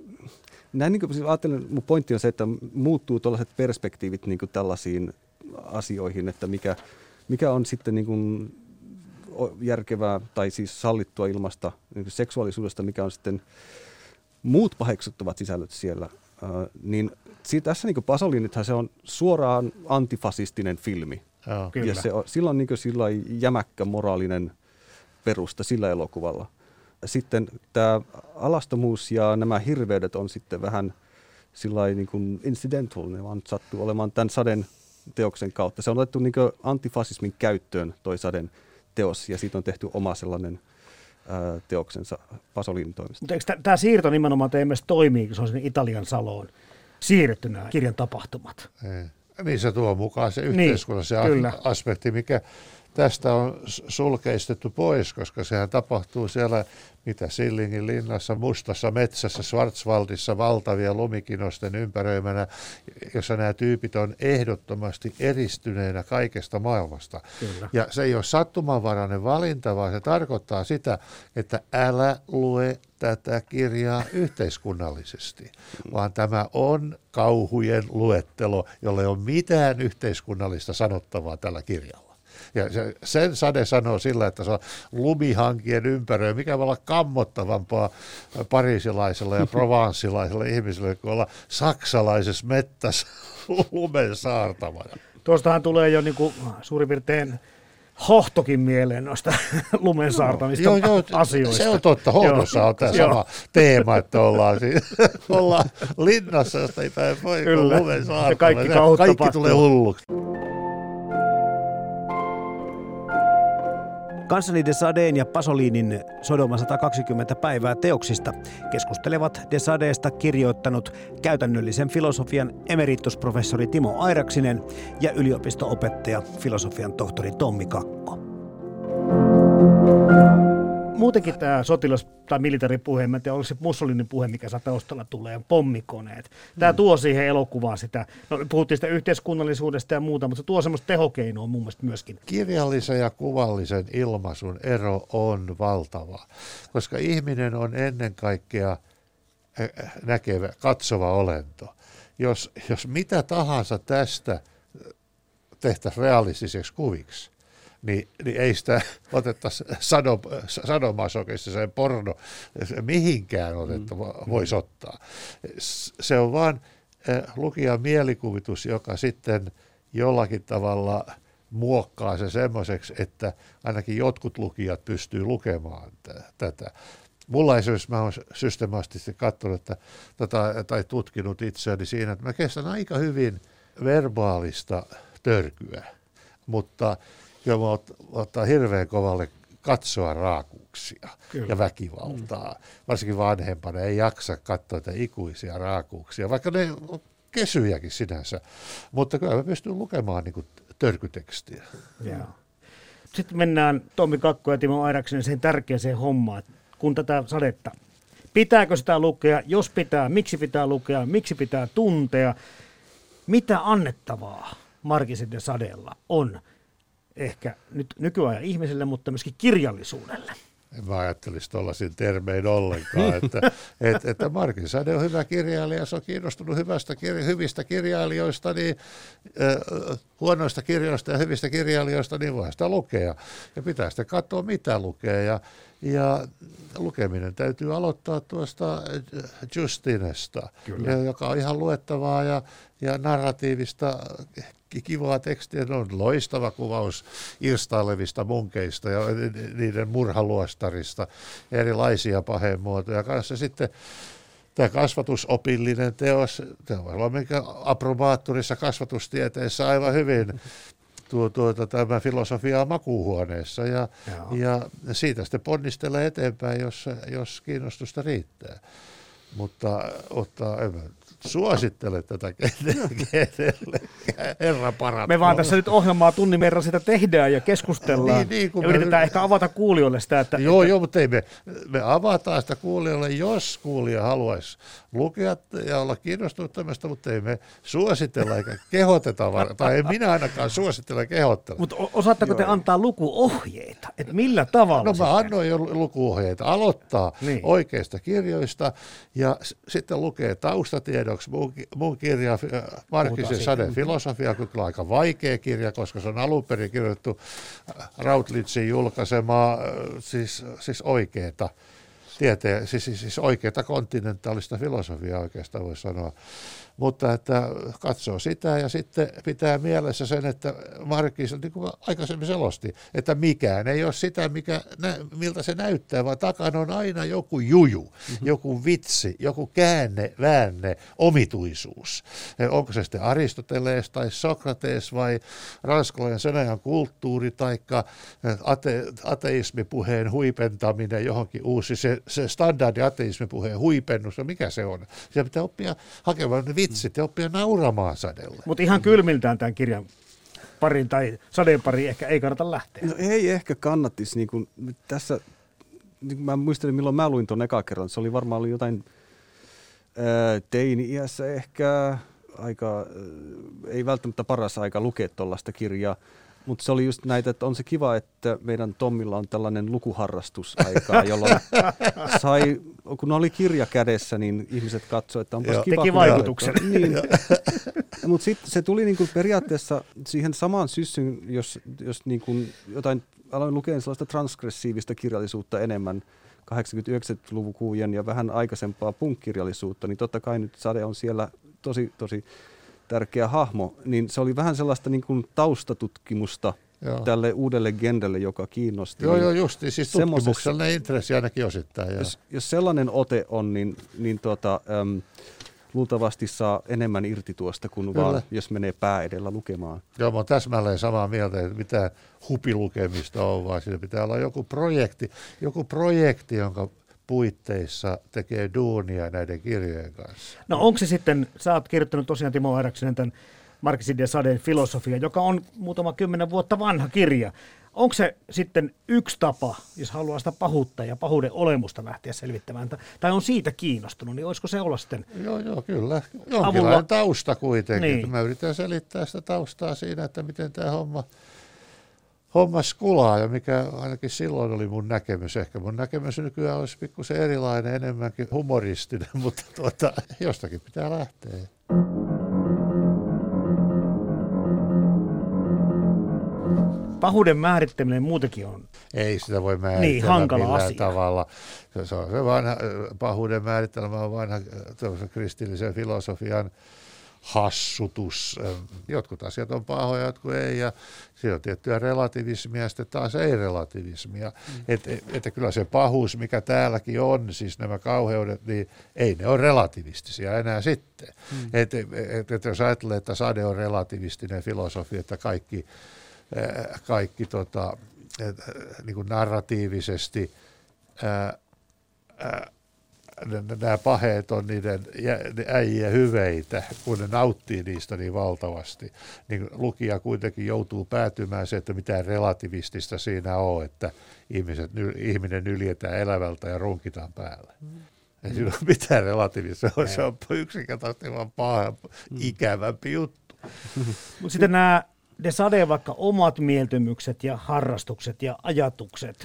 näin niin kuin, ajattelen, mun pointti on se, että muuttuu tällaiset perspektiivit niin kuin tällaisiin asioihin, että mikä, mikä on sitten niin kuin järkevää tai siis sallittua ilmasta niin kuin seksuaalisuudesta, mikä on sitten muut paheksuttavat sisällöt siellä. Uh, niin siitä, tässä niin Pasolinithan se on suoraan antifasistinen filmi. Joo, kyllä. Ja se on, sillä on niin sillä jämäkkä moraalinen perusta sillä elokuvalla. Sitten tämä alastomuus ja nämä hirveydet on sitten vähän sillai niin kuin incidental, ne vaan sattuu olemaan tämän Saden teoksen kautta. Se on otettu niin antifasismin käyttöön toi Saden teos ja siitä on tehty oma sellainen teoksensa Pasolinin toimesta. Mutta eikö tämä siirto nimenomaan teidän mielestä toimii, kun se on sinne Italian saloon siirretty nämä kirjan tapahtumat? Ei. Niin se tuo mukaan se yhteiskunnallinen niin, aspekti, mikä tästä on sulkeistettu pois, koska sehän tapahtuu siellä, mitä Sillingin linnassa, mustassa metsässä, Schwarzwaldissa, valtavia lumikinosten ympäröimänä, jossa nämä tyypit on ehdottomasti eristyneenä kaikesta maailmasta. Kyllä. Ja se ei ole sattumanvarainen valinta, vaan se tarkoittaa sitä, että älä lue tätä kirjaa yhteiskunnallisesti, vaan tämä on kauhujen luettelo, jolle ei ole mitään yhteiskunnallista sanottavaa tällä kirjalla. Ja se, sen Sade sanoo sillä, että se on lumihankien ympäröi, mikä voi olla kammottavampaa pariisilaisella ja provanssilaisella ihmisellä, kuin olla saksalaisessa mettässä lumen saartamana. Tuostahan tulee jo niin kuin suurin piirtein Hohtokin mieleen noista lumen saartamista joo, joo, asioista. Se on totta. Hohdossa on tämä sama teema, että ollaan, siinä, ollaan linnassa, josta ei päin voi lumen saartamana. Kaikki, kaikki tulee hulluksi. Kanssani de Sadeen ja Pasolinin Sodoma sata kaksikymmentä päivää teoksista keskustelevat de Sadeesta kirjoittanut käytännöllisen filosofian emeritusprofessori Timo Airaksinen ja yliopisto-opettaja filosofian tohtori Tommi Kakko. Muutenkin tämä sotilas- tai militaripuhe, en tiedä, oliko se Mussolinin puhe, mikä saa taustalla tulee, pommikoneet. Tämä mm. tuo siihen elokuvaan sitä, no puhuttiin sitä yhteiskunnallisuudesta ja muuta, mutta se tuo semmoista tehokeinoa mun mielestä myöskin. Kirjallisen ja kuvallisen ilmaisun ero on valtava, koska ihminen on ennen kaikkea näkevä, katsova olento. Jos, jos mitä tahansa tästä tehtäisiin realistiseksi kuviksi, Niin, niin ei sitä otettaisi sado, sadomasokistiseen porno mihinkään otetta voisi ottaa. Se on vaan lukijan mielikuvitus, joka sitten jollakin tavalla muokkaa se semmoiseksi, että ainakin jotkut lukijat pystyy lukemaan t- tätä. Mulla esimerkiksi mä oon systemaattisesti katsonut että, tota, tai tutkinut itseäni siinä, että mä kestän aika hyvin verbaalista törkyä. mutta kyllä mä ottaa hirveän kovalle katsoa raakuuksia Kyllä. ja väkivaltaa. Mm. Varsinkin vanhempana ei jaksa katsoa näitä ikuisia raakuuksia, vaikka ne on kesyjäkin sinänsä. Mutta kyllä mä pystyn lukemaan niin kuin törkytekstiä. Joo. Sitten mennään Tommi Kakko ja Timo Airaksinen siihen tärkeäseen hommaan, kun tätä sadetta. Pitääkö sitä lukea? Jos pitää, miksi pitää lukea? Miksi pitää tuntea? Mitä annettavaa Markisin de Sadella on ehkä nyt nykyajan ihmiselle, mutta myöskin kirjallisuudelle? En mä ajattelisi tuollaisin termein ollenkaan, että, että, että Markin Sade on hyvä kirjailija, se on kiinnostunut hyvästä, hyvistä kirjailijoista, niin, äh, huonoista kirjoista ja hyvistä kirjailijoista, niin voi sitä lukea. Ja pitää sitten katsoa, mitä lukee. Ja, ja lukeminen täytyy aloittaa tuosta Justinesta, Kyllä. joka on ihan luettavaa ja, ja narratiivista kivaa tekstiä. On loistava kuvaus irstailevista munkeista ja niiden murhaluostarista, erilaisia paheenmuotoja kanssa. Sitten tämä kasvatusopillinen teos, tämä voi olla minkä approbaattorissa kasvatustieteessä aivan hyvin. Tuo, tuota, tämä filosofia makuuhuoneessa ja, ja siitä sitten ponnistelee eteenpäin, jos, jos kiinnostusta riittää. Mutta ottaa, en suosittele tätä kenelle, herra paratkoon. Me vaan tässä nyt ohjelmaa tunnin verran sitä tehdään ja keskustellaan niin, niin, ja yritetään me... ehkä avata kuulijoille sitä. Että, joo, että... joo, mutta ei me, me avataan sitä kuulijoille, jos kuulija haluaisi lukea ja olla kiinnostunut tämmöistä, mutta ei me suositella eikä kehoteta, tai ei minä ainakaan suosittele kehottele. Mutta osaatteko te antaa lukuohjeita, että millä tavalla? No sitten? Mä annoin jo lukuohjeita. Aloittaa niin. oikeista kirjoista ja s- sitten lukee taustatiedoksi mun, mun kirja Markisin Sadeen filosofia, kun on aika vaikea kirja, koska se on alun perin kirjoitettu Routledgein julkaisemaa, siis, siis oikeeta. Tieteen, siis, siis, siis oikeata kontinentaalista filosofiaa oikeastaan voi sanoa. Mutta että katsoo sitä ja sitten pitää mielessä sen, että Marquis, niin kuin aikaisemmin selosti, että mikään ei ole sitä, mikä, miltä se näyttää, vaan takana on aina joku juju, mm-hmm. joku vitsi, joku käänne, väänne, omituisuus. Onko se sitten Aristoteles tai Sokrates vai ranskalainen sen ajan kulttuuri tai ate, ateismipuheen huipentaminen johonkin uusi, se, se standardi ateismipuheen huipennus, mikä se on? Siellä pitää oppia hakemaan ne vitsit ja oppia nauramaan Sadelle. Mutta ihan kylmiltään tämän kirjan parin tai Sadeen pariin ehkä ei kannata lähteä. No ei ehkä kannattisi. Niin kuin tässä, niin kuin mä muistelin milloin mä luin tuon eka kerran, se oli varmaan oli jotain ää, teini-iässä ehkä, aika, ää, ei välttämättä paras aika lukea tuollaista kirjaa. Mutta se oli just näitä, että on se kiva, että meidän Tommilla on tällainen lukuharrastusaikaa, jolloin sai, kun oli kirja kädessä, niin ihmiset katsoivat, että onpas kiva. Teki vaikutuksen. Niin. Mutta sitten se tuli niinku periaatteessa siihen samaan syssyn, jos, jos niinku jotain, aloin lukea sellaista transgressiivistä kirjallisuutta enemmän, kahdeksankymmentä-yhdeksänkymmentälukujen ja vähän aikaisempaa punk-kirjallisuutta, niin totta kai nyt Sade on siellä tosi, tosi tärkeä hahmo, niin se oli vähän sellaista niin kuin taustatutkimusta joo. tälle uudelle genrelle, joka kiinnosti. Joo, joo, just, siis tutkimuksellinen intressi ainakin osittain. Jos, jos sellainen ote on, niin, niin tuota, äm, luultavasti saa enemmän irti tuosta kuin Kyllä. vaan, jos menee pää edellä lukemaan. Joo, mä oon täsmälleen samaa mieltä, että mitään hupilukemista on, vaan siinä pitää olla joku projekti, joku projekti, jonka puitteissa tekee duunia näiden kirjojen kanssa. No onko se sitten, sä oot kirjoittanut tosiaan Timo Airaksinen tämän Markisin de Sadeen filosofia, joka on muutama kymmenen vuotta vanha kirja. Onko se sitten yksi tapa, jos haluaa sitä pahuutta ja pahuuden olemusta lähteä selvittämään, tai on siitä kiinnostunut, niin olisiko se olla sitten Joo, joo, kyllä. Jonkinlainen avulla tausta kuitenkin. Niin. Mä yritän selittää sitä taustaa siinä, että miten tämä homma Homma skulaa, ja mikä ainakin silloin oli mun näkemys. Ehkä mun näkemys nykyään olisi pikkusen erilainen, enemmänkin humoristinen, mutta tuota, jostakin pitää lähteä. Pahuuden määrittäminen muutenkin on. Ei sitä voi määritellä niin, hankala millään asia. tavalla. Se on se vanha, pahuuden määrittelemä on vanha kristillisen filosofian hassutus. Jotkut asiat on pahoja, jotkut ei, ja siinä on tiettyä relativismia, ja sitten taas ei-relativismia. Mm. Että et, et, kyllä se pahuus, mikä täälläkin on, siis nämä kauheudet, niin ei ne ole relativistisia enää sitten. Mm. Että et, et, jos ajattelee, että Sade on relativistinen filosofi, että kaikki kaikki tota, niin kuin narratiivisesti ää, ää, nämä paheet on niiden äijien hyveitä, kun ne nauttii niistä niin valtavasti. Niin lukija kuitenkin joutuu päätymään se, että mitään relativistista siinä on, että ihmiset, ihminen nyljetään elävältä ja runkitaan päälle. Mm. Ei siinä ole mitään relativista, se on yksinkertaisesti vaan paha, ikävämpi juttu. Mutta sitten nämä de Sade vaikka omat mieltymykset ja harrastukset ja ajatukset,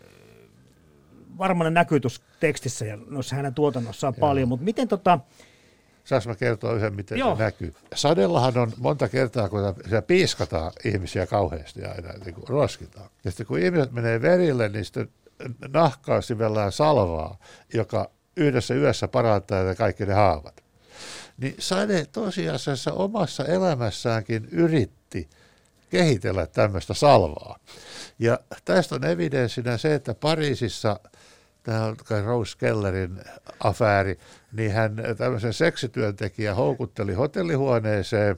varmaan ne näkyy tuossa tekstissä ja noissa hänen tuotannossaan Joo. paljon, mutta miten tota... Saanko mä kertoa yhden, miten Joo. se näkyy? Sadellahan on monta kertaa, kun siellä piiskataan ihmisiä kauheasti aina, niin kuin ruoskitaan. Ja sitten kun ihmiset menee verille, niin sitten nahkaa sivellään salvaa, joka yhdessä yössä parantaa kaikki ne haavat. Niin Sade tosiasiassa omassa elämässäänkin yritti kehitellä tämmöistä salvaa. Ja tästä on evidenssinä se, että Pariisissa, tämä on Rose Kellerin afääri, niin hän tämmöisen seksityöntekijän houkutteli hotellihuoneeseen,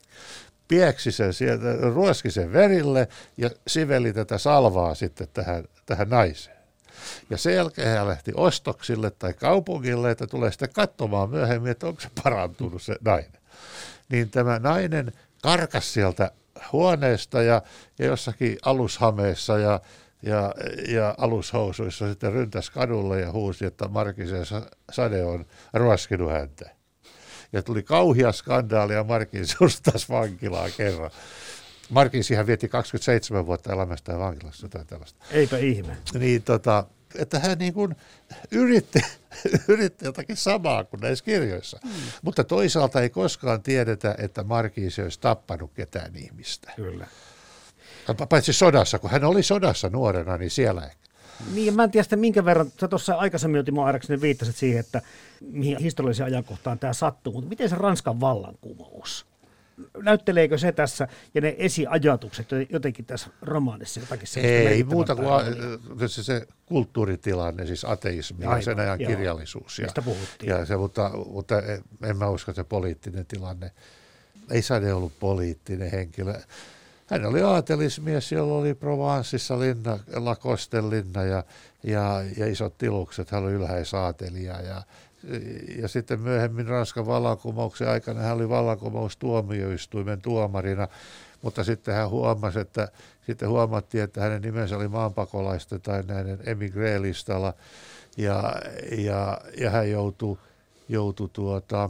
pieksi sen sieltä, ruoski sen verille ja siveli tätä salvaa sitten tähän, tähän naiseen. Ja sen jälkeen hän lähti ostoksille tai kaupungille, että tulee sitten katsomaan myöhemmin, että onko se parantunut se nainen. Niin tämä nainen karkasi sieltä huoneesta ja, ja jossakin alushameessa ja, ja, ja alushousuissa sitten ryntäsi kadulle ja huusi, että Marquise Sade on ruoskinut häntä. Ja tuli kauhea skandaali ja Marquise taas vankilaan kerran. Marquisihan vietti kaksikymmentäseitsemän vuotta elämästään vankilassa, jotain tällaista. Eipä ihme. Niin, tota, että hän niin kuin yritti, yritti jotakin samaa kuin näissä kirjoissa. Mm. Mutta toisaalta ei koskaan tiedetä, että Marquise olisi tappanut ketään ihmistä. Kyllä. Paitsi sodassa, kun hän oli sodassa nuorena, niin siellä ehkä. Niin, mä en tiedä sitä minkä verran, sä tuossa aikaisemmin otin mua airakseni viittasit siihen, että mihin historialliseen ajankohtaan tämä sattuu, mutta miten se Ranskan vallankumous? Näytteleekö se tässä ja ne esiajatukset jotenkin tässä romaanissa jotakin sellaista? Ei muuta kuin se, se kulttuuritilanne, siis ateismi ja sen ajan joo. kirjallisuus. Ja, mistä puhuttiin. Ja se, mutta, mutta en mä usko, että se poliittinen tilanne. Ei Sade ollut poliittinen henkilö. Hän oli aatelismies, jolla oli Provenceissa linna, Lacosten linna ja, ja, ja isot tilukset. Hän oli ylhäisaatelija ja Ja sitten myöhemmin Ranskan vallankumouksen aikana hän oli vallankumoustuomioistuimen tuomarina, mutta sitten hän huomasi, että sitten huomattiin, että hänen nimensä oli maanpakolaisten tai näiden emigré-listalla ja, ja, ja hän joutui, joutui tuota,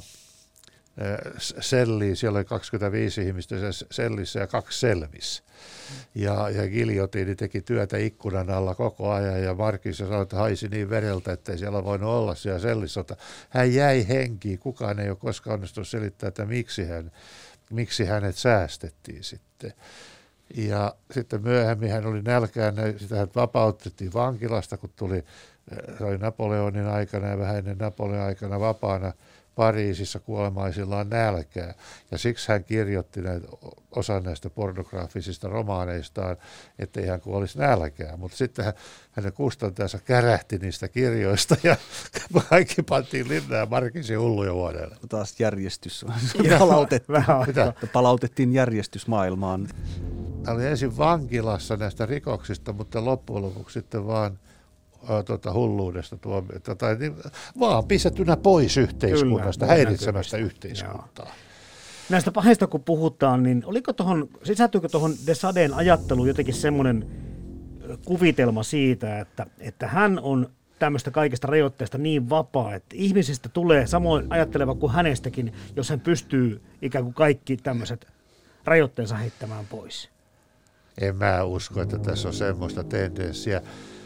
selliin, siellä oli kaksikymmentäviisi ihmistä sellissä ja kaksi selvissä. Ja, ja giljotiini teki työtä ikkunan alla koko ajan ja Marquise sanoi, että haisi niin vereltä, että ei siellä voinut olla siellä sellissä. Hän jäi henkiin, kukaan ei ole koskaan onnistunut selittämään, että miksi, hän, miksi hänet säästettiin sitten. Ja sitten myöhemmin hän oli nälkään, sitä hän vapautettiin vankilasta, kun tuli, se oli Napoleonin aikana ja vähän ennen Napoleonin aikana vapaana Pariisissa kuolemaisillaan nälkää. Ja siksi hän kirjoitti näitä, osan näistä pornograafisista romaaneistaan, ettei hän kuolisi nälkää. Mutta sitten hän, hänen kustantajansa kärähti niistä kirjoista ja kaikki pantiin linnaan ja Marquise hulluja vuodelle. Taas järjestys. Palautettiin, palautettiin järjestys maailmaan. Hän oli ensin vankilassa näistä rikoksista, mutta loppujen lopuksi sitten vaan Tuota, hulluudesta tuomiota, tai niin, vaan pistettynä pois yhteiskunnasta, kyllä, häiritsemästä yhteiskuntaa. Joo. Näistä paheista kun puhutaan, niin oliko tohon, sisältyykö tuohon de Sadeen ajatteluun jotenkin semmoinen kuvitelma siitä, että, että hän on tämmöistä kaikista rajoitteista niin vapaa, että ihmisistä tulee samoin ajatteleva kuin hänestäkin, jos hän pystyy ikään kuin kaikki tämmöiset rajoitteensa heittämään pois? En mä usko, että tässä on semmoista tendenssiä.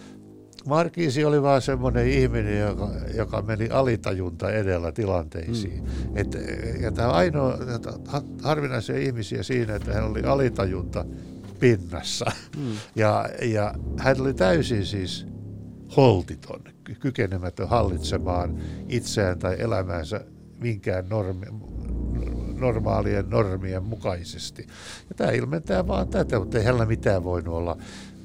Marquise oli vaan semmoinen ihminen, joka, joka meni alitajunta edellä tilanteisiin. Mm. Et, ja tämä ainoa harvinaisia ihmisiä siinä, että hän oli alitajunta pinnassa. Mm. Ja, ja hän oli täysin siis holtiton, kykenemätön hallitsemaan itseään tai elämäänsä minkään normi, normaalien normien mukaisesti. Ja tämä ilmentää vaan tätä, mutta ei hänellä mitään voinut olla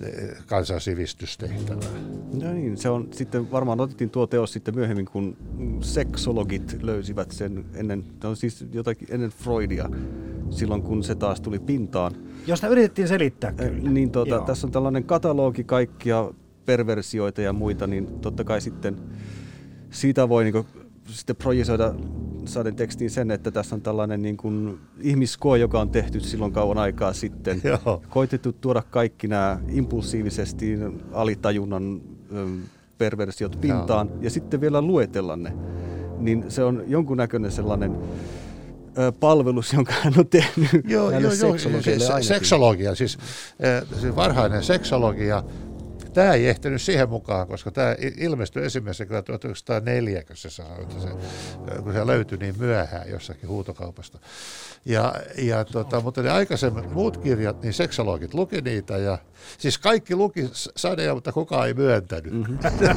kansansivistystehtävää. No niin, se on sitten varmaan otettiin tuo teos sitten myöhemmin, kun seksologit löysivät sen ennen, no siis jotakin ennen Freudia, silloin, kun se taas tuli pintaan. Josta yritettiin selittää kyllä. Niin tuota, tässä on tällainen katalogi kaikkia perversioita ja muita, niin totta kai sitten siitä voi niin kuin, sitten projisoida Saden tekstiin sen, että tässä on tällainen niin kuin ihmiskoe, joka on tehty silloin kauan aikaa sitten. Joo. Koitettu tuoda kaikki nämä impulsiivisesti alitajunnan perversiot pintaan Joo. ja sitten vielä luetella ne. Niin se on jonkunnäköinen sellainen ö, palvelus, jonka hän on tehnyt joo, näille joo, seksologeille se, ainakin. Seksologia, siis se varhainen seksologia, tämä ei ehtinyt siihen mukaan, koska tämä ilmestyi ensimmäisen kerran tuhatyhdeksänsataaneljä, kun se, sanoi, että se, kun se löytyi niin myöhään jossakin huutokaupasta. Ja, ja tota, mutta ne aikaisemmat muut kirjat, niin seksologit luki niitä, ja siis kaikki luki Sadea, mutta kukaan ei myöntänyt. Mm-hmm.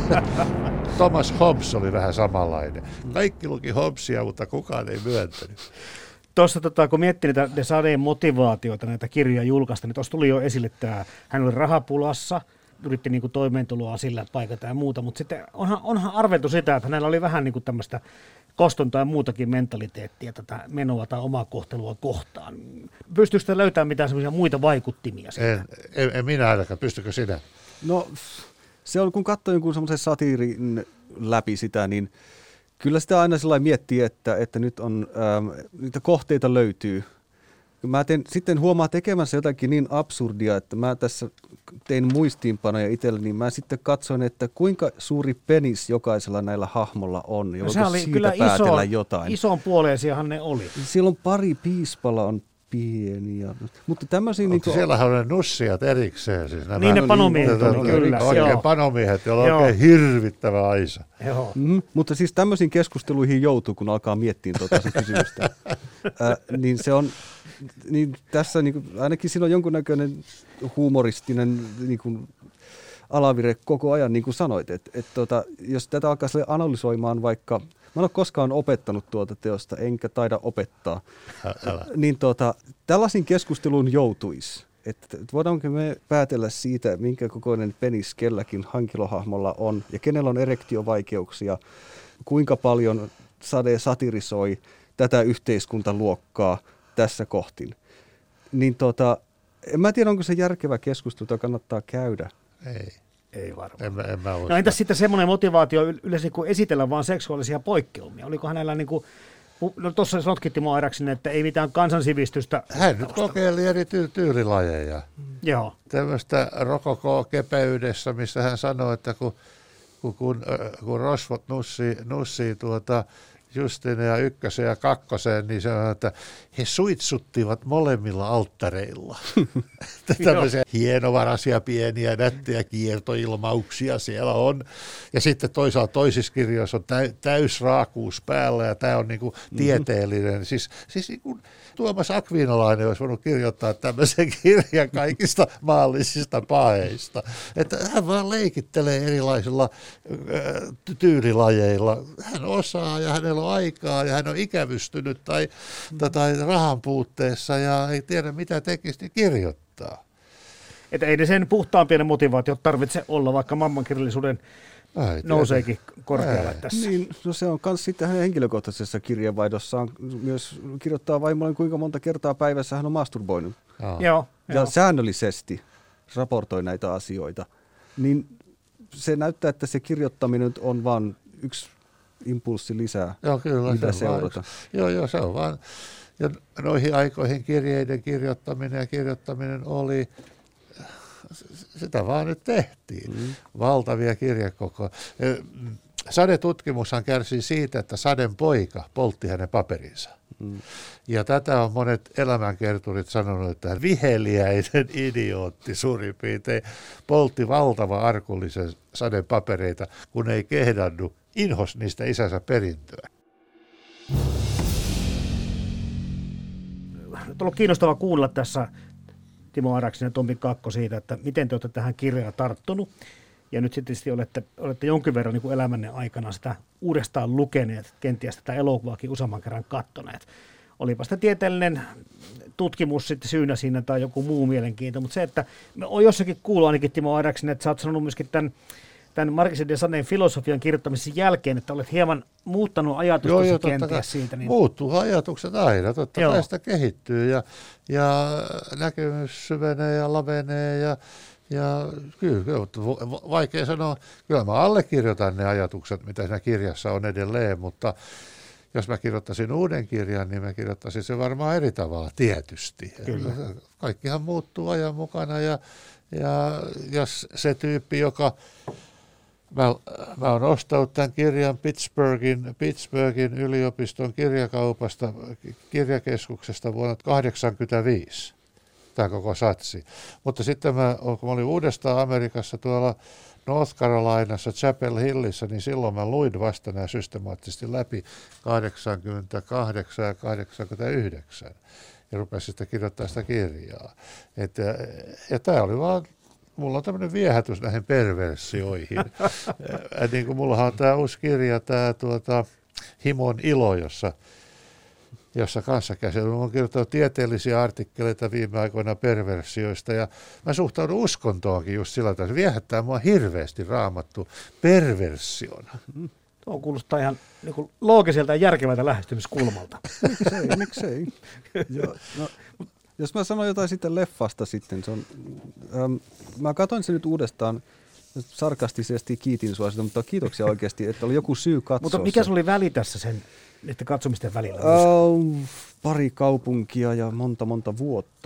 Thomas Hobbes oli vähän samanlainen. Kaikki luki Hobbesia, mutta kukaan ei myöntänyt. Tuossa tota, kun miettii niitä de Sadeen motivaatioita, näitä kirjoja julkaista, niin tuossa tuli jo esille tämä, hän oli rahapulassa, yritti niinku toimeentuloa sillä paikata ja muuta, mutta sitten onhan, onhan arveltu sitä, että hänellä oli vähän niinku tämmöistä kostonta ja muutakin mentaliteettia tätä menoa tai omaa kohtelua kohtaan. Pystyykö sitä löytämään mitään semmoisia muita vaikuttimia siitä? En, en, en minä ainakaan. Pystykö sinä? No se on, kun katsoo jonkun semmoisen satiirin läpi sitä, niin kyllä sitä aina sellainen miettii, että, että nyt on, ähm, niitä kohteita löytyy. Mä teen, sitten huomaa tekemässä jotakin niin absurdia, että mä tässä tein muistiinpanoja itselleni, niin mä sitten katsoin, että kuinka suuri penis jokaisella näillä hahmolla on. Ja no, se oli siitä kyllä päätellä iso, jotain. ison puoleisiahan ne oli. Siellä on pari piispala on pieniä, mutta tämmöisiä... Niin kuin... Siellähän on ne nussijat erikseen. Siis nämä, niin ne panomiehet no, oli, no, kyllä. Oikein joo. panomiehet, joilla on Joo. oikein hirvittävä aisa. Joo. Mm, mutta siis tämmöisiin keskusteluihin joutuu, kun alkaa miettiä tuota se kysymystä. Ä, niin se on, niin tässä niin kuin, ainakin siinä on jonkunnäköinen humoristinen niin kuin, alavire koko ajan, niin kuin sanoit. Et, et, tota, jos tätä alkaa analysoimaan vaikka, mä en ole koskaan opettanut tuota teosta, enkä taida opettaa, Älä. niin tota, tällaisiin keskusteluun joutuisi. Että voidaanko me päätellä siitä, minkä kokoinen penis kelläkin hankilohahmolla on, ja kenellä on erektiovaikeuksia, kuinka paljon Sade satirisoi tätä yhteiskuntaluokkaa tässä kohtin. Niin tota, en mä tiedä, onko se järkevä keskustelu, jota kannattaa käydä. Ei. Ei varmaan. En, en mä no entäs sitten semmoinen motivaatio yleensä kuin esitellä vaan seksuaalisia poikkeumia? Oliko hänellä niin kuin, no tuossa sanotkin Timo Airaksen, että ei mitään kansansivistystä. Hän nyt kokeili eri ty- tyylilajeja. Mm. Joo. Tämmöistä rokoko-kepeydessä, missä hän sanoi, että kun, kun, kun, kun rosvot nussii, nussii tuota Justine ja ykkösen ja kakkosen, niin se on, että he suitsuttivat molemmilla alttareilla. Tämmöisiä hienovaraisia, pieniä, nättejä kiertoilmauksia siellä on. Ja sitten toisaalta toisissa kirjoissa on täy, täysraakuus päällä, ja tämä on niinku tieteellinen. Mm-hmm. Siis, siis niinku Tuomas Akvinolainen olisi voinut kirjoittaa tämmöisen kirjan kaikista maallisista paheista. Että hän vaan leikittelee erilaisilla äh, tyylilajeilla. Hän osaa ja hänellä on aikaa ja hän on ikävystynyt tai, mm. tai rahan puutteessa ja ei tiedä mitä tekisi, niin kirjoittaa. Että ei ne sen puhtaampien motivaatiot tarvitse olla, vaikka maailmankirjallisuuden nouseekin korkealle ei. Tässä. Niin, no se on myös sitten hänen henkilökohtaisessa kirjeenvaihdossaan myös kirjoittaa vaimolle, kuinka monta kertaa päivässä hän on masturboinut. Joo. Joo, ja joo. säännöllisesti raportoi näitä asioita. Niin se näyttää, että se kirjoittaminen on vain yksi impulssi lisää, joo, kyllä, mitä se seurata. Vaan, joo, joo, se on vaan. Ja noihin aikoihin kirjeiden kirjoittaminen ja kirjoittaminen oli, sitä vaan nyt tehtiin. Mm. Valtavia kirjakokoja. Sade-tutkimushan kärsii siitä, että Saden poika poltti hänen paperinsa. Mm. Ja tätä on monet elämänkerturit sanonut, että viheliäinen idiootti suurin piirtein poltti valtava arkullisen Saden papereita, kun ei kehdannut inhos niistä isänsä perintöä. On ollut kiinnostavaa kuulla tässä Timo Airaksen ja Tommi Kakko siitä, että miten te olette tähän kirjaan tarttunut. Ja nyt sitten olette, olette jonkin verran niin kuin elämänne aikana sitä uudestaan lukeneet, kenties tätä elokuvaakin useamman kerran kattoneet. Olipa sitä tieteellinen tutkimus sitten syynä siinä tai joku muu mielenkiinto, mutta se, että on jossakin kuullut ainakin Timo Airaksen, että sä oot sanonut myöskin tämän tämän Marquis de Sadén filosofian kirjoittamisen jälkeen, että olet hieman muuttanut ajatusta Joo, kenties siitä. Niin... Muuttuu ajatukset aina, totta Joo. kai sitä kehittyy ja, ja näkemys syvenee ja lavenee ja, ja kyllä, kyllä, vaikea sanoa, kyllä mä allekirjoitan ne ajatukset, mitä siinä kirjassa on edelleen, mutta jos mä kirjoittaisin uuden kirjan, niin mä kirjoittaisin se varmaan eri tavalla, tietysti. Kyllä. Kaikkihan muuttuu ajan mukana ja, ja jos se tyyppi, joka... Mä, mä oon ostanut tämän kirjan Pittsburghin, Pittsburghin yliopiston kirjakaupasta, kirjakeskuksesta vuonna kahdeksankymmentäviisi, tämä koko satsi. Mutta sitten mä, kun mä olin uudestaan Amerikassa tuolla North Carolinassa, Chapel Hillissä, niin silloin mä luin vasta nämä systemaattisesti läpi kahdeksankymmentäkahdeksan ja kahdeksankymmentäyhdeksän ja rupesin sitten kirjoittaa sitä kirjaa. Et, ja tämä oli vaan... Mulla on tämmöinen viehätys näihin perversioihin. Niin kuin mullahan on tämä uusi kirja, tämä tuota, Himon ilo, jossa, jossa kanssa käsitellään. Mä oon kirjoittanut tieteellisiä artikkeleita viime aikoina perversioista ja mä suhtaudun uskontoonkin just sillä tavalla. Se viehättää mua hirveästi Raamattu perversiona. Tuo kuulostaa ihan niin kuin loogiselta ja järkevältä lähestymiskulmalta. Miksei, miksei. Joo, no, jos mä sanon jotain sitten leffasta sitten, se on, ähm, mä katsoin sen nyt uudestaan, sarkastisesti kiitin sua sitä, mutta kiitoksia oikeasti, että oli joku syy katsoa. Mutta mikä se oli väli tässä sen että katsomisten välillä? Uh, pari kaupunkia ja monta monta vuotta.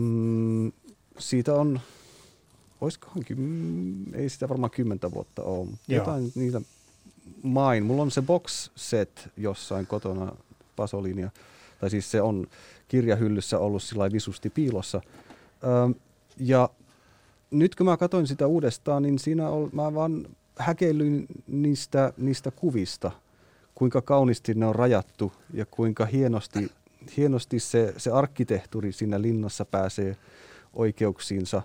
Um, siitä on, olisikohan, kym, ei sitä varmaan kymmentä vuotta ole, mutta jotain niitä main. Mulla on se box set jossain kotona, Pasolinia, tai siis se on kirjahyllyssä ollut sillä visusti piilossa. Um, ja nyt kun mä katsoin sitä uudestaan, niin siinä ol, mä vaan häkeilyin niistä, niistä kuvista, kuinka kauniisti ne on rajattu ja kuinka hienosti, hienosti se, se arkkitehtuuri siinä linnassa pääsee oikeuksiinsa.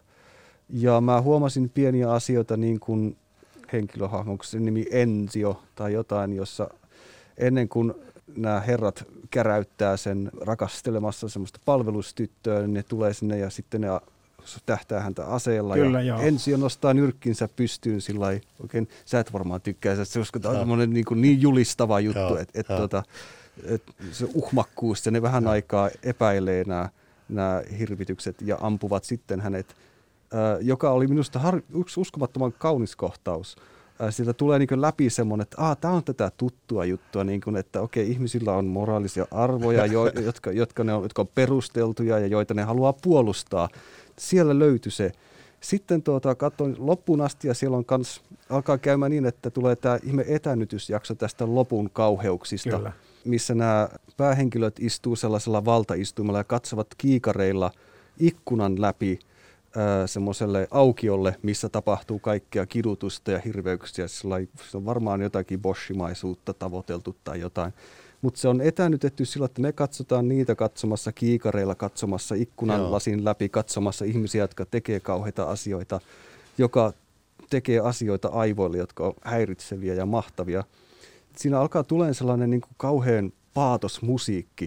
Ja mä huomasin pieniä asioita niin kuin henkilöhahmoksen nimi Enzio tai jotain, jossa ennen kuin nämä herrat käräyttää sen rakastelemassa semmoista palvelustyttöä, niin ne tulee sinne ja sitten ne tähtää häntä aseella. Kyllä, ja joo. Enzio nostaa nyrkkinsä pystyyn sillä lailla, oikein, sä et varmaan tykkää, se on niin, niin julistava juttu, että et, tota, et se uhmakkuus, ne vähän aikaa epäilee nämä, nämä hirvitykset ja ampuvat sitten hänet, äh, joka oli minusta har, yksi uskomattoman kaunis kohtaus. Sieltä tulee niin läpi semmoinen, että tämä on tätä tuttua juttua, niin kuin, että okei, ihmisillä on moraalisia arvoja, jo, jotka, jotka, ne on, jotka on perusteltuja ja joita ne haluaa puolustaa. Siellä löytyi se. Sitten tuota, katsoin loppuun asti ja siellä on kans, alkaa käymään niin, että tulee tämä ihme etänytysjakso tästä lopun kauheuksista, Kyllä. missä nämä päähenkilöt istuu sellaisella valtaistuimella ja katsovat kiikareilla ikkunan läpi semmoiselle aukiolle, missä tapahtuu kaikkea kidutusta ja hirveyksiä. Se on varmaan jotakin boshimaisuutta tavoiteltu tai jotain. Mutta se on etänytetty sillä, että me katsotaan niitä katsomassa kiikareilla, katsomassa ikkunan Joo. lasin läpi, katsomassa ihmisiä, jotka tekee kauheita asioita, joka tekee asioita aivoille, jotka on häiritseviä ja mahtavia. Siinä alkaa tulemaan sellainen niin kuin kauhean paatosmusiikki,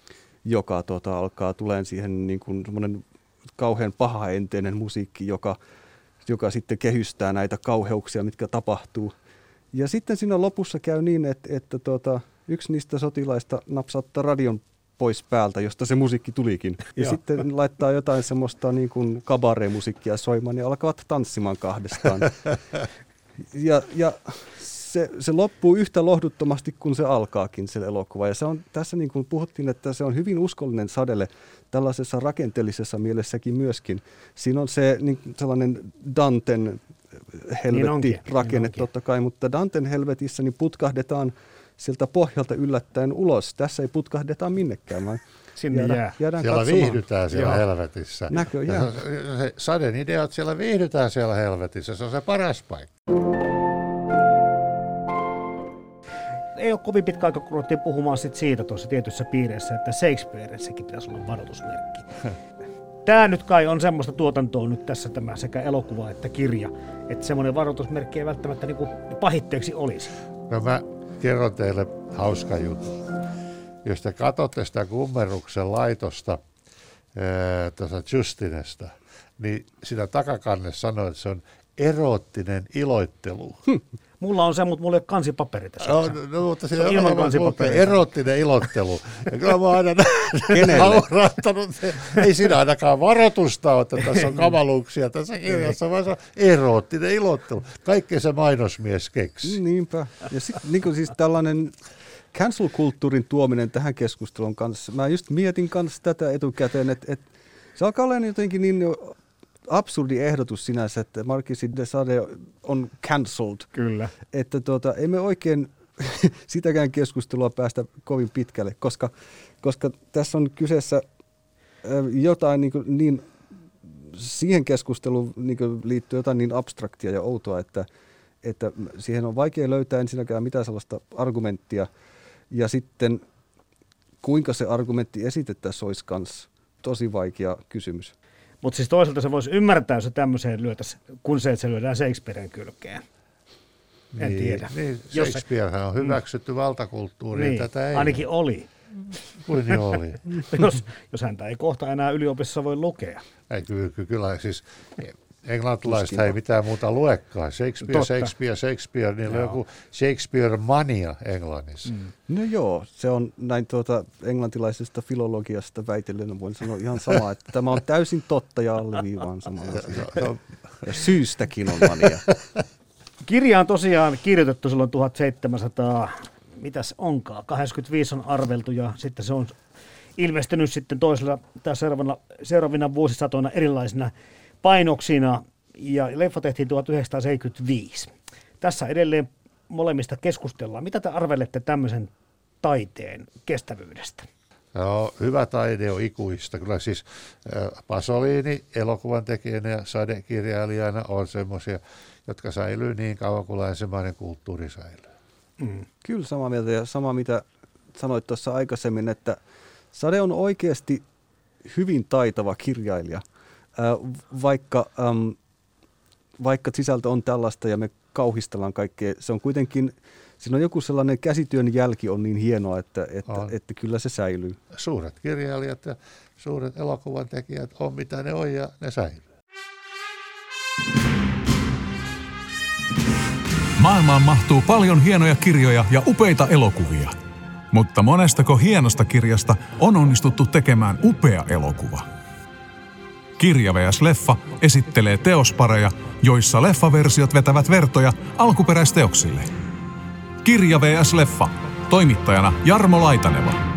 joka tota, alkaa tulemaan siihen niin kuin semmoinen kauhean pahaenteinen musiikki, joka, joka sitten kehystää näitä kauheuksia, mitkä tapahtuu. Ja sitten siinä lopussa käy niin, että, että tuota, yksi niistä sotilaista napsauttaa radion pois päältä, josta se musiikki tulikin. Ja Joo. sitten laittaa jotain semmoista niin kuin kabaree-musiikkia soimaan ja alkavat tanssimaan kahdestaan. ja ja se, se loppuu yhtä lohduttomasti kuin se alkaakin, se elokuva. Ja se on, tässä niin kuin puhuttiin, että se on hyvin uskollinen Sadelle tällaisessa rakenteellisessa mielessäkin myöskin. Siinä on se niin sellainen Danten helvetti-rakenne niin totta kai, mutta Danten helvetissä niin putkahdetaan sieltä pohjalta yllättäen ulos. Tässä ei putkahdeta minnekään, vaan sinne jäädä, jää. jäädään siellä katsomaan. viihdytään siellä Joo. helvetissä. Näköjään. Se Saden idea, että siellä viihdytään siellä helvetissä, se on se paras paikka. Ei ole kovin pitkä aika, kun ruvettiin puhumaan sit siitä tuossa tietyssä piirissä, että Shakespeareissäkin pitäisi olla varoitusmerkki. Tämä nyt kai on semmoista tuotantoa nyt tässä tämä sekä elokuva että kirja, että semmoinen varoitusmerkki ei välttämättä niinku pahitteeksi olisi. No mä kerron teille hauska juttu. Jos te katsotte sitä Kummeruksen laitosta tuossa Justinesta, niin sitä takakanne sanoo, että se on eroottinen iloittelu. Mulla on se, mutta mulla ei ole kansipaperi tässä. No, no, mutta se on ilman kansipaperia. Eroottinen iloittelu. Ja kyllä mä oon aina naurattanut. Ei siinä ainakaan varoitusta ole, että tässä on kamaluuksia tässä kirjassa, vaan se on eroottinen iloittelu. Kaikkea se mainosmies keksi. Niinpä. Ja sitten niin siis tällainen cancel-kulttuurin tuominen tähän keskustelun kanssa. Mä just mietin kanssa tätä etukäteen, että, että se alkaa olla jotenkin niin absurdi ehdotus sinänsä, että Marquis de Sade on cancelled. Kyllä. Että tuota, ei me oikein sitäkään keskustelua päästä kovin pitkälle, koska, koska tässä on kyseessä jotain niin, kuin, niin siihen keskusteluun niin kuin liittyy jotain niin abstraktia ja outoa, että, että siihen on vaikea löytää ensinnäkään mitään sellaista argumenttia. Ja sitten kuinka se argumentti esitettäisiin olisi myös tosi vaikea kysymys. Mutta siis toisaalta se voisi ymmärtää, jos se tämmöiseen lyötäisiin, kun se, että se lyödään Shakespearen kylkeen. En niin, tiedä. Niin, Shakespearehän on hyväksytty mm. valtakulttuuriin, niin, tätä ei. Ainakin oli. Kuin niin oli. jos, jos häntä ei kohta enää yliopistossa voi lukea. Ei, kyllä, kyllä siis englantilaiset ei mitään muuta luekaan. Shakespeare, Totta. Shakespeare, Shakespeare, niillä on joku Shakespeare-mania Englannissa. Mm. No joo, se on näin tuota englantilaisesta filologiasta väitellen, voin sanoa ihan sama, että tämä on täysin totta ja alleviivaan samalla asialla. Ja syystäkin on mania. Kirja on tosiaan kirjoitettu silloin tuhatseitsemänsataa, mitäs onkaan, kahdeksankymmentäviisi on arveltu ja sitten se on ilmestynyt sitten toisella tai seuraavina, seuraavina vuosisatoina erilaisina painoksina ja leffa tehtiin tuhatyhdeksänsataaseitsemänkymmentäviisi. Tässä edelleen molemmista keskustellaan. Mitä te arvelette tämmöisen taiteen kestävyydestä? No, hyvä taide on ikuista. Kyllä siis äh, Pasolini elokuvan tekijänä ja sadekirjailijana on semmoisia, jotka säilyy niin kauan kuin länsimainen kulttuuri säilyy. Mm. Kyllä samaa mieltä ja sama mitä sanoit tuossa aikaisemmin, että Sade on oikeasti hyvin taitava kirjailija, äh, vaikka, ähm, vaikka sisältö on tällaista ja me kauhistellaan kaikkea. Se on kuitenkin, siinä on joku sellainen käsityön jälki on niin hienoa, että, että, että kyllä se säilyy. Suuret kirjailijat ja suuret elokuvan tekijät on mitä ne on ja ne säilyy. Maailmaan mahtuu paljon hienoja kirjoja ja upeita elokuvia. Mutta monestako hienosta kirjasta on onnistuttu tekemään upea elokuva? Kirja versus. Leffa esittelee teospareja, joissa leffaversiot vetävät vertoja alkuperäisteoksille. Kirja versus. Leffa. Toimittajana Jarmo Laitaneva.